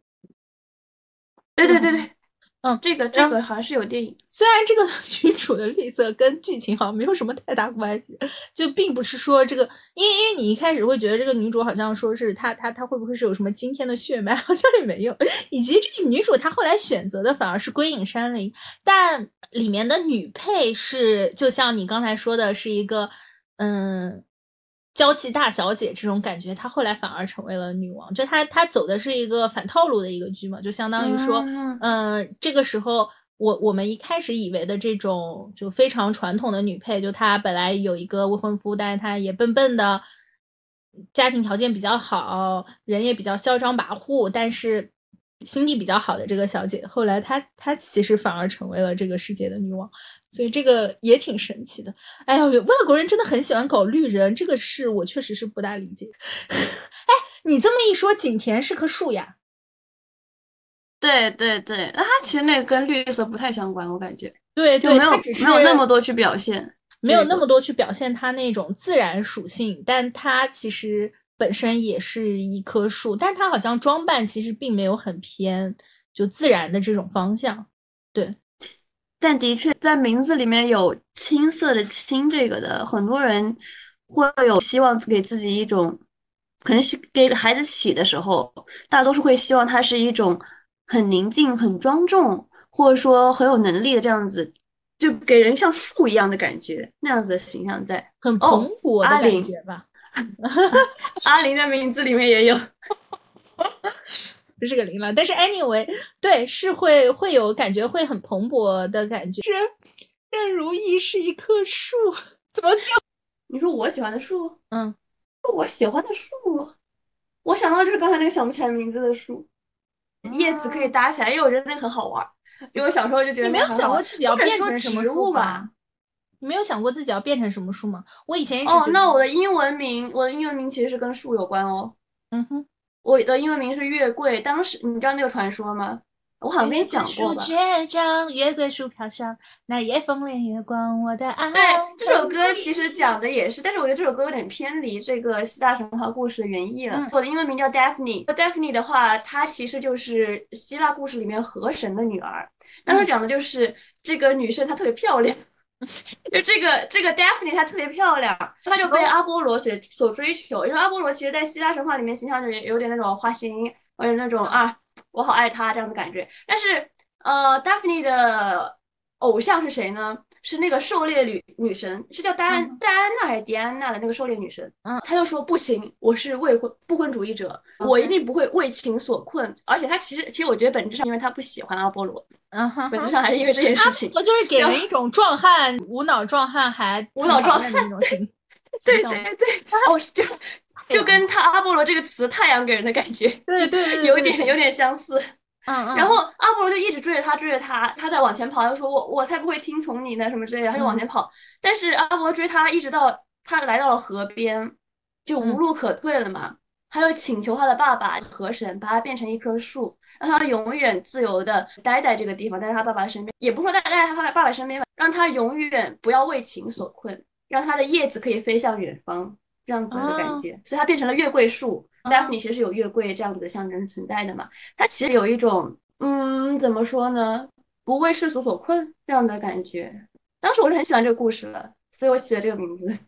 Speaker 2: 这个好像
Speaker 1: 对对对对，
Speaker 2: 嗯，
Speaker 1: 这个这
Speaker 2: 然后
Speaker 1: 个好像是有电影。
Speaker 2: 虽然这个女主的绿色跟剧情好像没有什么太大关系，就并不是说这个，因为因为你一开始会觉得这个女主好像说是她她她会不会是有什么惊天的血脉，好像也没有，以及这个女主她后来选择的反而是归隐山林，但里面的女配是就像你刚才说的是一个嗯。娇气大小姐这种感觉，她后来反而成为了女王。就她，她走的是一个反套路的一个剧嘛，就相当于说，
Speaker 1: 嗯，
Speaker 2: 嗯、呃，这个时候我我们一开始以为的这种就非常传统的女配，就她本来有一个未婚夫，但是她也笨笨的，家庭条件比较好，人也比较嚣张跋扈，但是心地比较好的这个小姐，后来她她其实反而成为了这个世界的女王，所以这个也挺神奇的。哎呀，外国人真的很喜欢搞绿人，这个是我确实是不大理解。哎，你这么一说，景甜是棵树呀？
Speaker 1: 对对对，那它其实那个跟绿色不太相关，我感觉
Speaker 2: 对对，
Speaker 1: 就没有
Speaker 2: 它只是
Speaker 1: 没有那么多去表现
Speaker 2: 没有
Speaker 1: 这个。
Speaker 2: 那么多去表现它那种自然属性，但它其实本身也是一棵树，但它好像装扮其实并没有很偏就自然的这种方向。对，
Speaker 1: 但的确在名字里面有青色的青这个的，很多人会有希望给自己一种，可能是给孩子起的时候，大多数会希望它是一种很宁静、很庄重，或者说很有能力的这样子，就给人像树一样的感觉，那样子的形象在。
Speaker 2: 很蓬
Speaker 1: 哦，
Speaker 2: 勃的
Speaker 1: 阿玲，
Speaker 2: 感觉吧。
Speaker 1: 阿玲的名字里面也有。
Speaker 2: 不是个琳琅，但是 anyway，对，是会会有感觉，会很蓬勃的感觉。是任如意是一棵树，怎么讲？
Speaker 1: 你说我喜欢的树，
Speaker 2: 嗯，
Speaker 1: 我喜欢的树，我想到的就是刚才那个想不起来名字的树。叶子可以搭起来，因为我觉得那个很好玩儿。因为我小时候就觉得
Speaker 2: 你没
Speaker 1: 那个很好玩儿，
Speaker 2: 有想过自己要
Speaker 1: 或者
Speaker 2: 变成什么
Speaker 1: 说植
Speaker 2: 树吗？
Speaker 1: 物吧。
Speaker 2: 你没有想过自己要变成什么树吗？我以前也是
Speaker 1: 哦，
Speaker 2: 觉得，
Speaker 1: 那我的英文名，我的英文名其实是跟树有关哦。
Speaker 2: 嗯哼，
Speaker 1: 我的英文名是月桂，当时你知道那个传说吗？我好像跟你
Speaker 2: 月桂树
Speaker 1: 讲过吧。
Speaker 2: 倔强，月桂树飘香，那夜风连月光，我的爱
Speaker 1: 对，这首
Speaker 2: 很美
Speaker 1: 歌其实讲的也是，但是我觉得这首歌有点偏离这个希腊神话故事的原意了。
Speaker 2: 嗯
Speaker 1: 我的英文名叫 Daphne。Daphne 的话，她其实就是希腊故事里面河神的女儿。当时
Speaker 2: 嗯
Speaker 1: 讲的就是这个女生她特别漂亮，就这个这个 Daphne 她特别漂亮，她就被
Speaker 2: 哦
Speaker 1: 阿波罗所所追求。因为阿波罗其实在希腊神话里面形象就有点那种花心，有点那种啊，我好爱他这样的感觉。但是呃，Daphne 的偶像是谁呢？是那个狩猎女女神，是叫戴安
Speaker 2: 嗯
Speaker 1: 戴安娜还是迪安娜的那个狩猎女神。
Speaker 2: 嗯
Speaker 1: 她就说不行，我是未婚不婚主义者，我一
Speaker 2: ，OK，
Speaker 1: 定不会为情所困。而且她其实其实我觉得本质上因为她不喜欢阿波罗，
Speaker 2: 嗯哼哼，
Speaker 1: 本质上还是因为这件事情。
Speaker 2: 我就是给
Speaker 1: 然后
Speaker 2: 人一种壮汉、无脑壮汉还很讨
Speaker 1: 无脑状态。
Speaker 2: 厌的那种形形
Speaker 1: 对
Speaker 2: 象。
Speaker 1: 对对，哦，就就跟他阿波罗这个词“太阳”给人的感觉
Speaker 2: 对对对对对，
Speaker 1: 有点有点相似。然后
Speaker 2: 嗯嗯
Speaker 1: 阿波罗就一直追着他，追着他，他在往前跑，又说我我才不会听从你呢，什么之类的，他就往
Speaker 2: 嗯
Speaker 1: 前跑。但是阿波罗追他，一直到他来到了河边，就无
Speaker 2: 嗯
Speaker 1: 路可退了嘛。他就请求他的爸爸河神把他变成一棵树，让他永远自由的待在这个地方，待在他爸爸身边，也不是说待待在他爸爸身边吧，让他永远不要为情所困，让他的叶子可以飞向远方，这样子的感
Speaker 2: 啊
Speaker 1: 觉。所以他变成了月桂树。
Speaker 2: 啊
Speaker 1: Daphne 其实是有月桂这样子的象征存在的嘛。它其实有一种，嗯，怎么说呢，不为世俗所困这样的感觉。当时我是很喜欢这个故事了，所以我起了这个名字。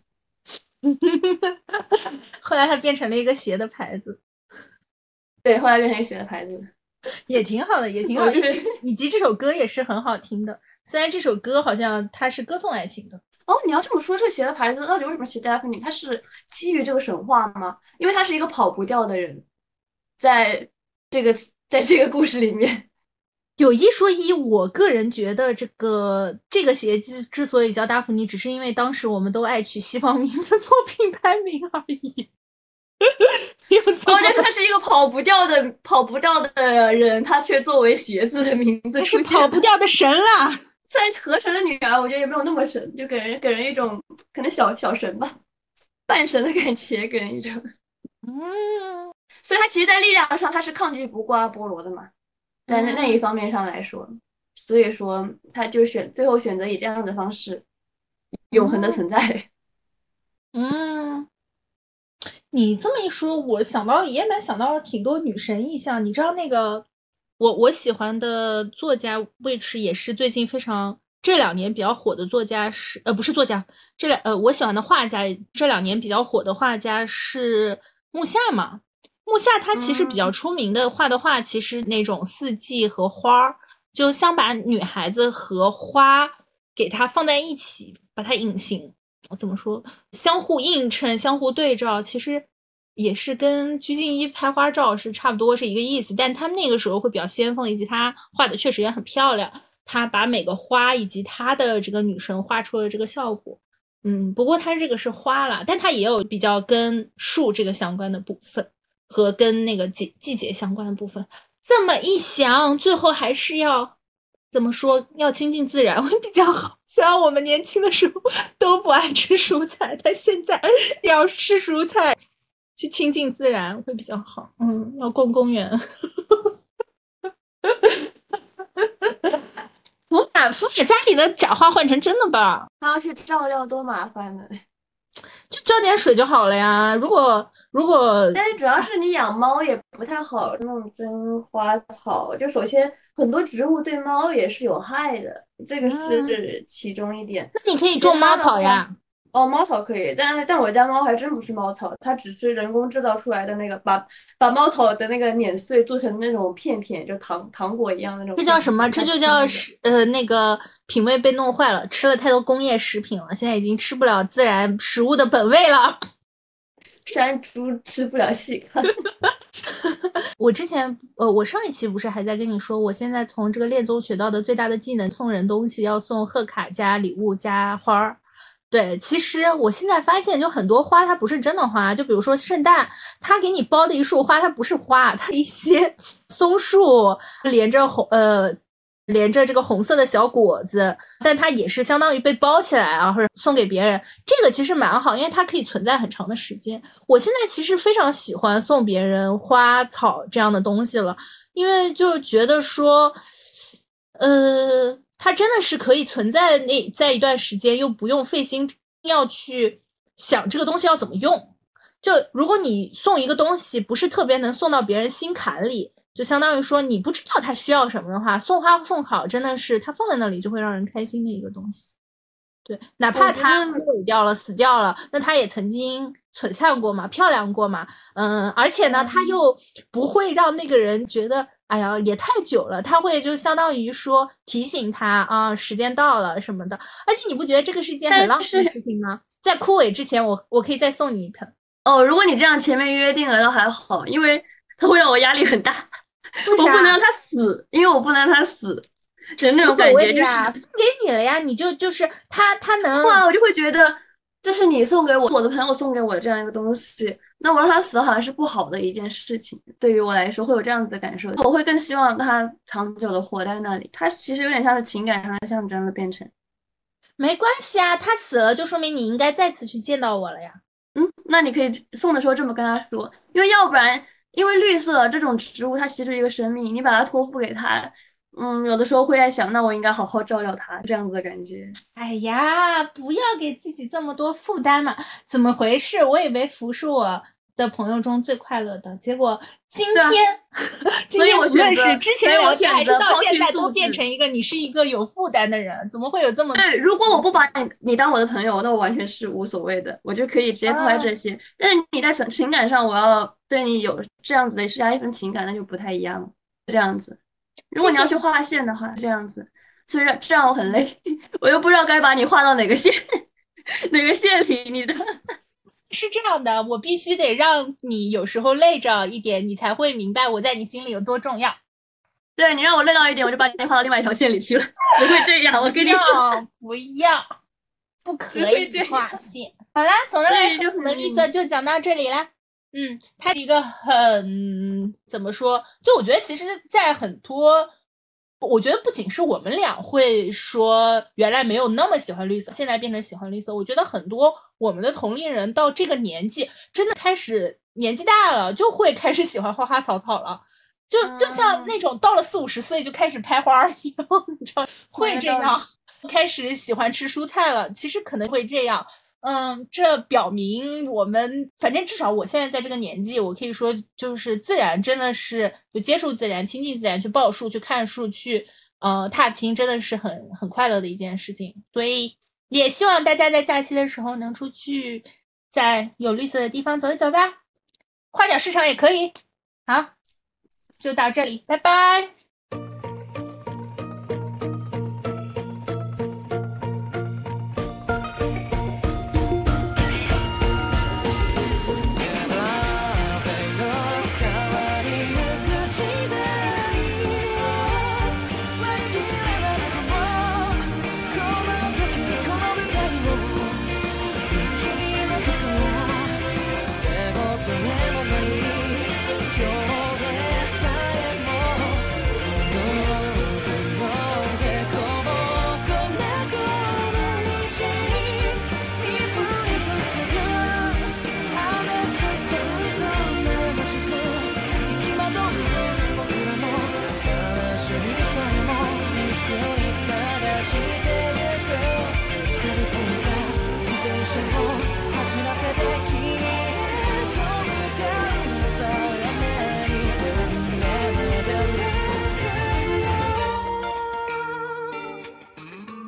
Speaker 2: 后来它变成了一个鞋的牌子，
Speaker 1: 对，后来变成一个写的牌子。
Speaker 2: 也挺好的，也挺好的，以
Speaker 1: 我觉得
Speaker 2: 及以及这首歌也是很好听的。虽然这首歌好像它是歌颂爱情的，
Speaker 1: 哦，你要这么说，这个鞋的牌子到底为什么写 Daphne？它是基于这个神话吗？因为他是一个跑不掉的人，在这个在这个故事里面。
Speaker 2: 有一说一，我个人觉得这个这个鞋之之所以叫达芙妮，只是因为当时我们都爱取西方名字做品牌名而已。
Speaker 1: 哦，但是他是一个跑不掉的跑不掉的人，他却作为鞋子的名字
Speaker 2: 他是
Speaker 1: 出现了。
Speaker 2: 跑不掉的神啦。
Speaker 1: 虽然河神的女儿，我觉得也没有那么神，就给人给人一种可能小小神吧，半神的感觉，给人一种。
Speaker 2: 嗯
Speaker 1: 所以他其实，在力量上他是抗拒不过阿波罗的嘛，在那那一
Speaker 2: 嗯
Speaker 1: 方面上来说，所以说他就选最后选择以这样的方式永恒的
Speaker 2: 嗯
Speaker 1: 存在。
Speaker 2: 嗯，你这么一说，我想到也蛮想到了挺多女神意象。你知道那个我我喜欢的作家，which 也是最近非常这两年比较火的作家是呃不是作家，这两呃我喜欢的画家这两年比较火的画家是木下嘛。木下他其实比较
Speaker 1: 嗯，
Speaker 2: 出名的画的画，其实那种四季和花儿，就像把女孩子和花给它放在一起，把它隐形。怎么说？相互映衬、相互对照，其实也是跟鞠婧祎拍花照是差不多是一个意思。但他们那个时候会比较先锋，以及他画的确实也很漂亮。他把每个花以及他的这个女神画出了这个效果。嗯，不过他这个是花了，但他也有比较跟树这个相关的部分。和跟那个季季节相关的部分。这么一想，最后还是要怎么说？要亲近自然会比较好。虽然我们年轻的时候都不爱吃蔬菜，但现在要吃蔬菜，去亲近自然会比较好。嗯，要逛公园。福马福马家里的假花换成真的吧，
Speaker 1: 他要去照料多麻烦呢。
Speaker 2: 就浇点水就好了呀。如果如果
Speaker 1: 但是主要是你养猫也不太好弄真花草，就首先很多植物对猫也是有害的，这个
Speaker 2: 嗯，
Speaker 1: 是其中一点。
Speaker 2: 那你可以
Speaker 1: 其
Speaker 2: 种猫
Speaker 1: 他的话，
Speaker 2: 草呀。
Speaker 1: 哦，猫草可以，但但我家猫还真不是猫草，它只是人工制造出来的那个把把猫草的那个碾碎做成那种片片，就糖糖果一样的那种片片，
Speaker 2: 这叫什么？这
Speaker 1: 它
Speaker 2: 就
Speaker 1: 吃那个。
Speaker 2: 叫是呃那个品味被弄坏了，吃了太多工业食品了，现在已经吃不了自然食物的本味了。
Speaker 1: 山猪吃不了细糠。
Speaker 2: 我之前呃，我上一期不是还在跟你说，我现在从这个恋综学到的最大的技能，送人东西要送贺卡加礼物加花儿。对，其实我现在发现，就很多花它不是真的花，就比如说圣诞，它给你包的一束花，它不是花，它一些松树连着红呃连着这个红色的小果子，但它也是相当于被包起来啊，或者送给别人，这个其实蛮好，因为它可以存在很长的时间。我现在其实非常喜欢送别人花草这样的东西了，因为就觉得说，呃，它真的是可以存在那在一段时间，又不用费心要去想这个东西要怎么用。就如果你送一个东西不是特别能送到别人心坎里，就相当于说你不知道他需要什么的话，送花送草真的是他放在那里就会让人开心的一个东西。对，哪怕它
Speaker 1: 我觉得
Speaker 2: 枯萎掉了、死掉了，那它也曾经璀璨过嘛，漂亮过嘛，嗯，而且呢，它
Speaker 1: 嗯，
Speaker 2: 又不会让那个人觉得，哎呀，也太久了，他会就相当于说提醒他啊，时间到了什么的。而且你不觉得这个是一件很
Speaker 1: 但
Speaker 2: 浪漫的
Speaker 1: 是
Speaker 2: 事情吗？在枯萎之前，我我可以再送你一盆。
Speaker 1: 哦，如果你这样前面约定了倒还好，因为它会让我压力很大。
Speaker 2: 为啥？
Speaker 1: 我不能让它死，因为我不能让它死，就是那种
Speaker 2: 无所
Speaker 1: 感觉，就是
Speaker 2: 谓呀，送给你了呀，你就就是他他能
Speaker 1: 哇，我就会觉得这是你送给我，我的朋友送给我的这样一个东西，那我让它死好像是不好的一件事情，对于我来说会有这样子的感受，我会更希望它长久的活在那里，它其实有点像是情感上的象征了，变成。
Speaker 2: 没关系啊，他死了就说明你应该再次去见到我了呀。
Speaker 1: 嗯，那你可以送的时候这么跟他说，因为要不然，因为绿色这种植物它其实是一个生命，你把它托付给他，嗯，有的时候会在想，那我应该好好照料它，这样子的感觉。
Speaker 2: 哎呀，不要给自己这么多负担嘛！怎么回事？我以为福是我的朋友中最快乐的，结果今
Speaker 1: 对啊，
Speaker 2: 天，今
Speaker 1: 所以
Speaker 2: 天无论
Speaker 1: 我选择，
Speaker 2: 是之前
Speaker 1: 所以我
Speaker 2: 聊天还是
Speaker 1: 选择抛
Speaker 2: 到现在，都
Speaker 1: 弃素质。
Speaker 2: 变成一个你是一个有负担的人，怎么会有这么
Speaker 1: 对，如果我不把你你当我的朋友，那我完全是无所谓的，我就可以直接抛开
Speaker 2: 啊？
Speaker 1: 这些。但是你在情情感上，我要对你有这样子的施加一份情感，那就不太一样了。这样子，如果你要去
Speaker 2: 谢谢你。
Speaker 1: 划线的话，这样子，虽然这样我很累，我又不知道该把你划到哪个线。 哪个县里你的？
Speaker 2: 是这样的，我必须得让你有时候累着一点，你才会明白我在你心里有多重要。
Speaker 1: 对你让我累到一点，我就把你划到另外一条线里去了，只会这样。我跟你说，
Speaker 2: 要不要，不
Speaker 1: 只
Speaker 2: 可以
Speaker 1: 会这样。
Speaker 2: 划线。好啦，总的来说，
Speaker 1: 所以就
Speaker 2: 我们绿色
Speaker 1: 嗯
Speaker 2: 就讲到这里啦。嗯，它是一个很怎么说？就我觉得，其实，在很多，我觉得不仅是我们俩会说原来没有那么喜欢绿色，现在变成喜欢绿色。我觉得很多我们的同龄人到这个年纪，真的开始年纪大了，就会开始喜欢花花草草了。就就像那种到了四五十岁就开始拍花一样，你知道会这样，开始喜欢吃蔬菜了。其实可能会这样。嗯，这表明我们反正至少我现在在这个年纪，我可以说就是自然真的是就接触自然、亲近自然，去抱树、去看树、去呃踏青，真的是很很快乐的一件事情。所以也希望大家在假期的时候能出去，在有绿色的地方走一走吧，花鸟市场也可以。好，就到这里，拜拜。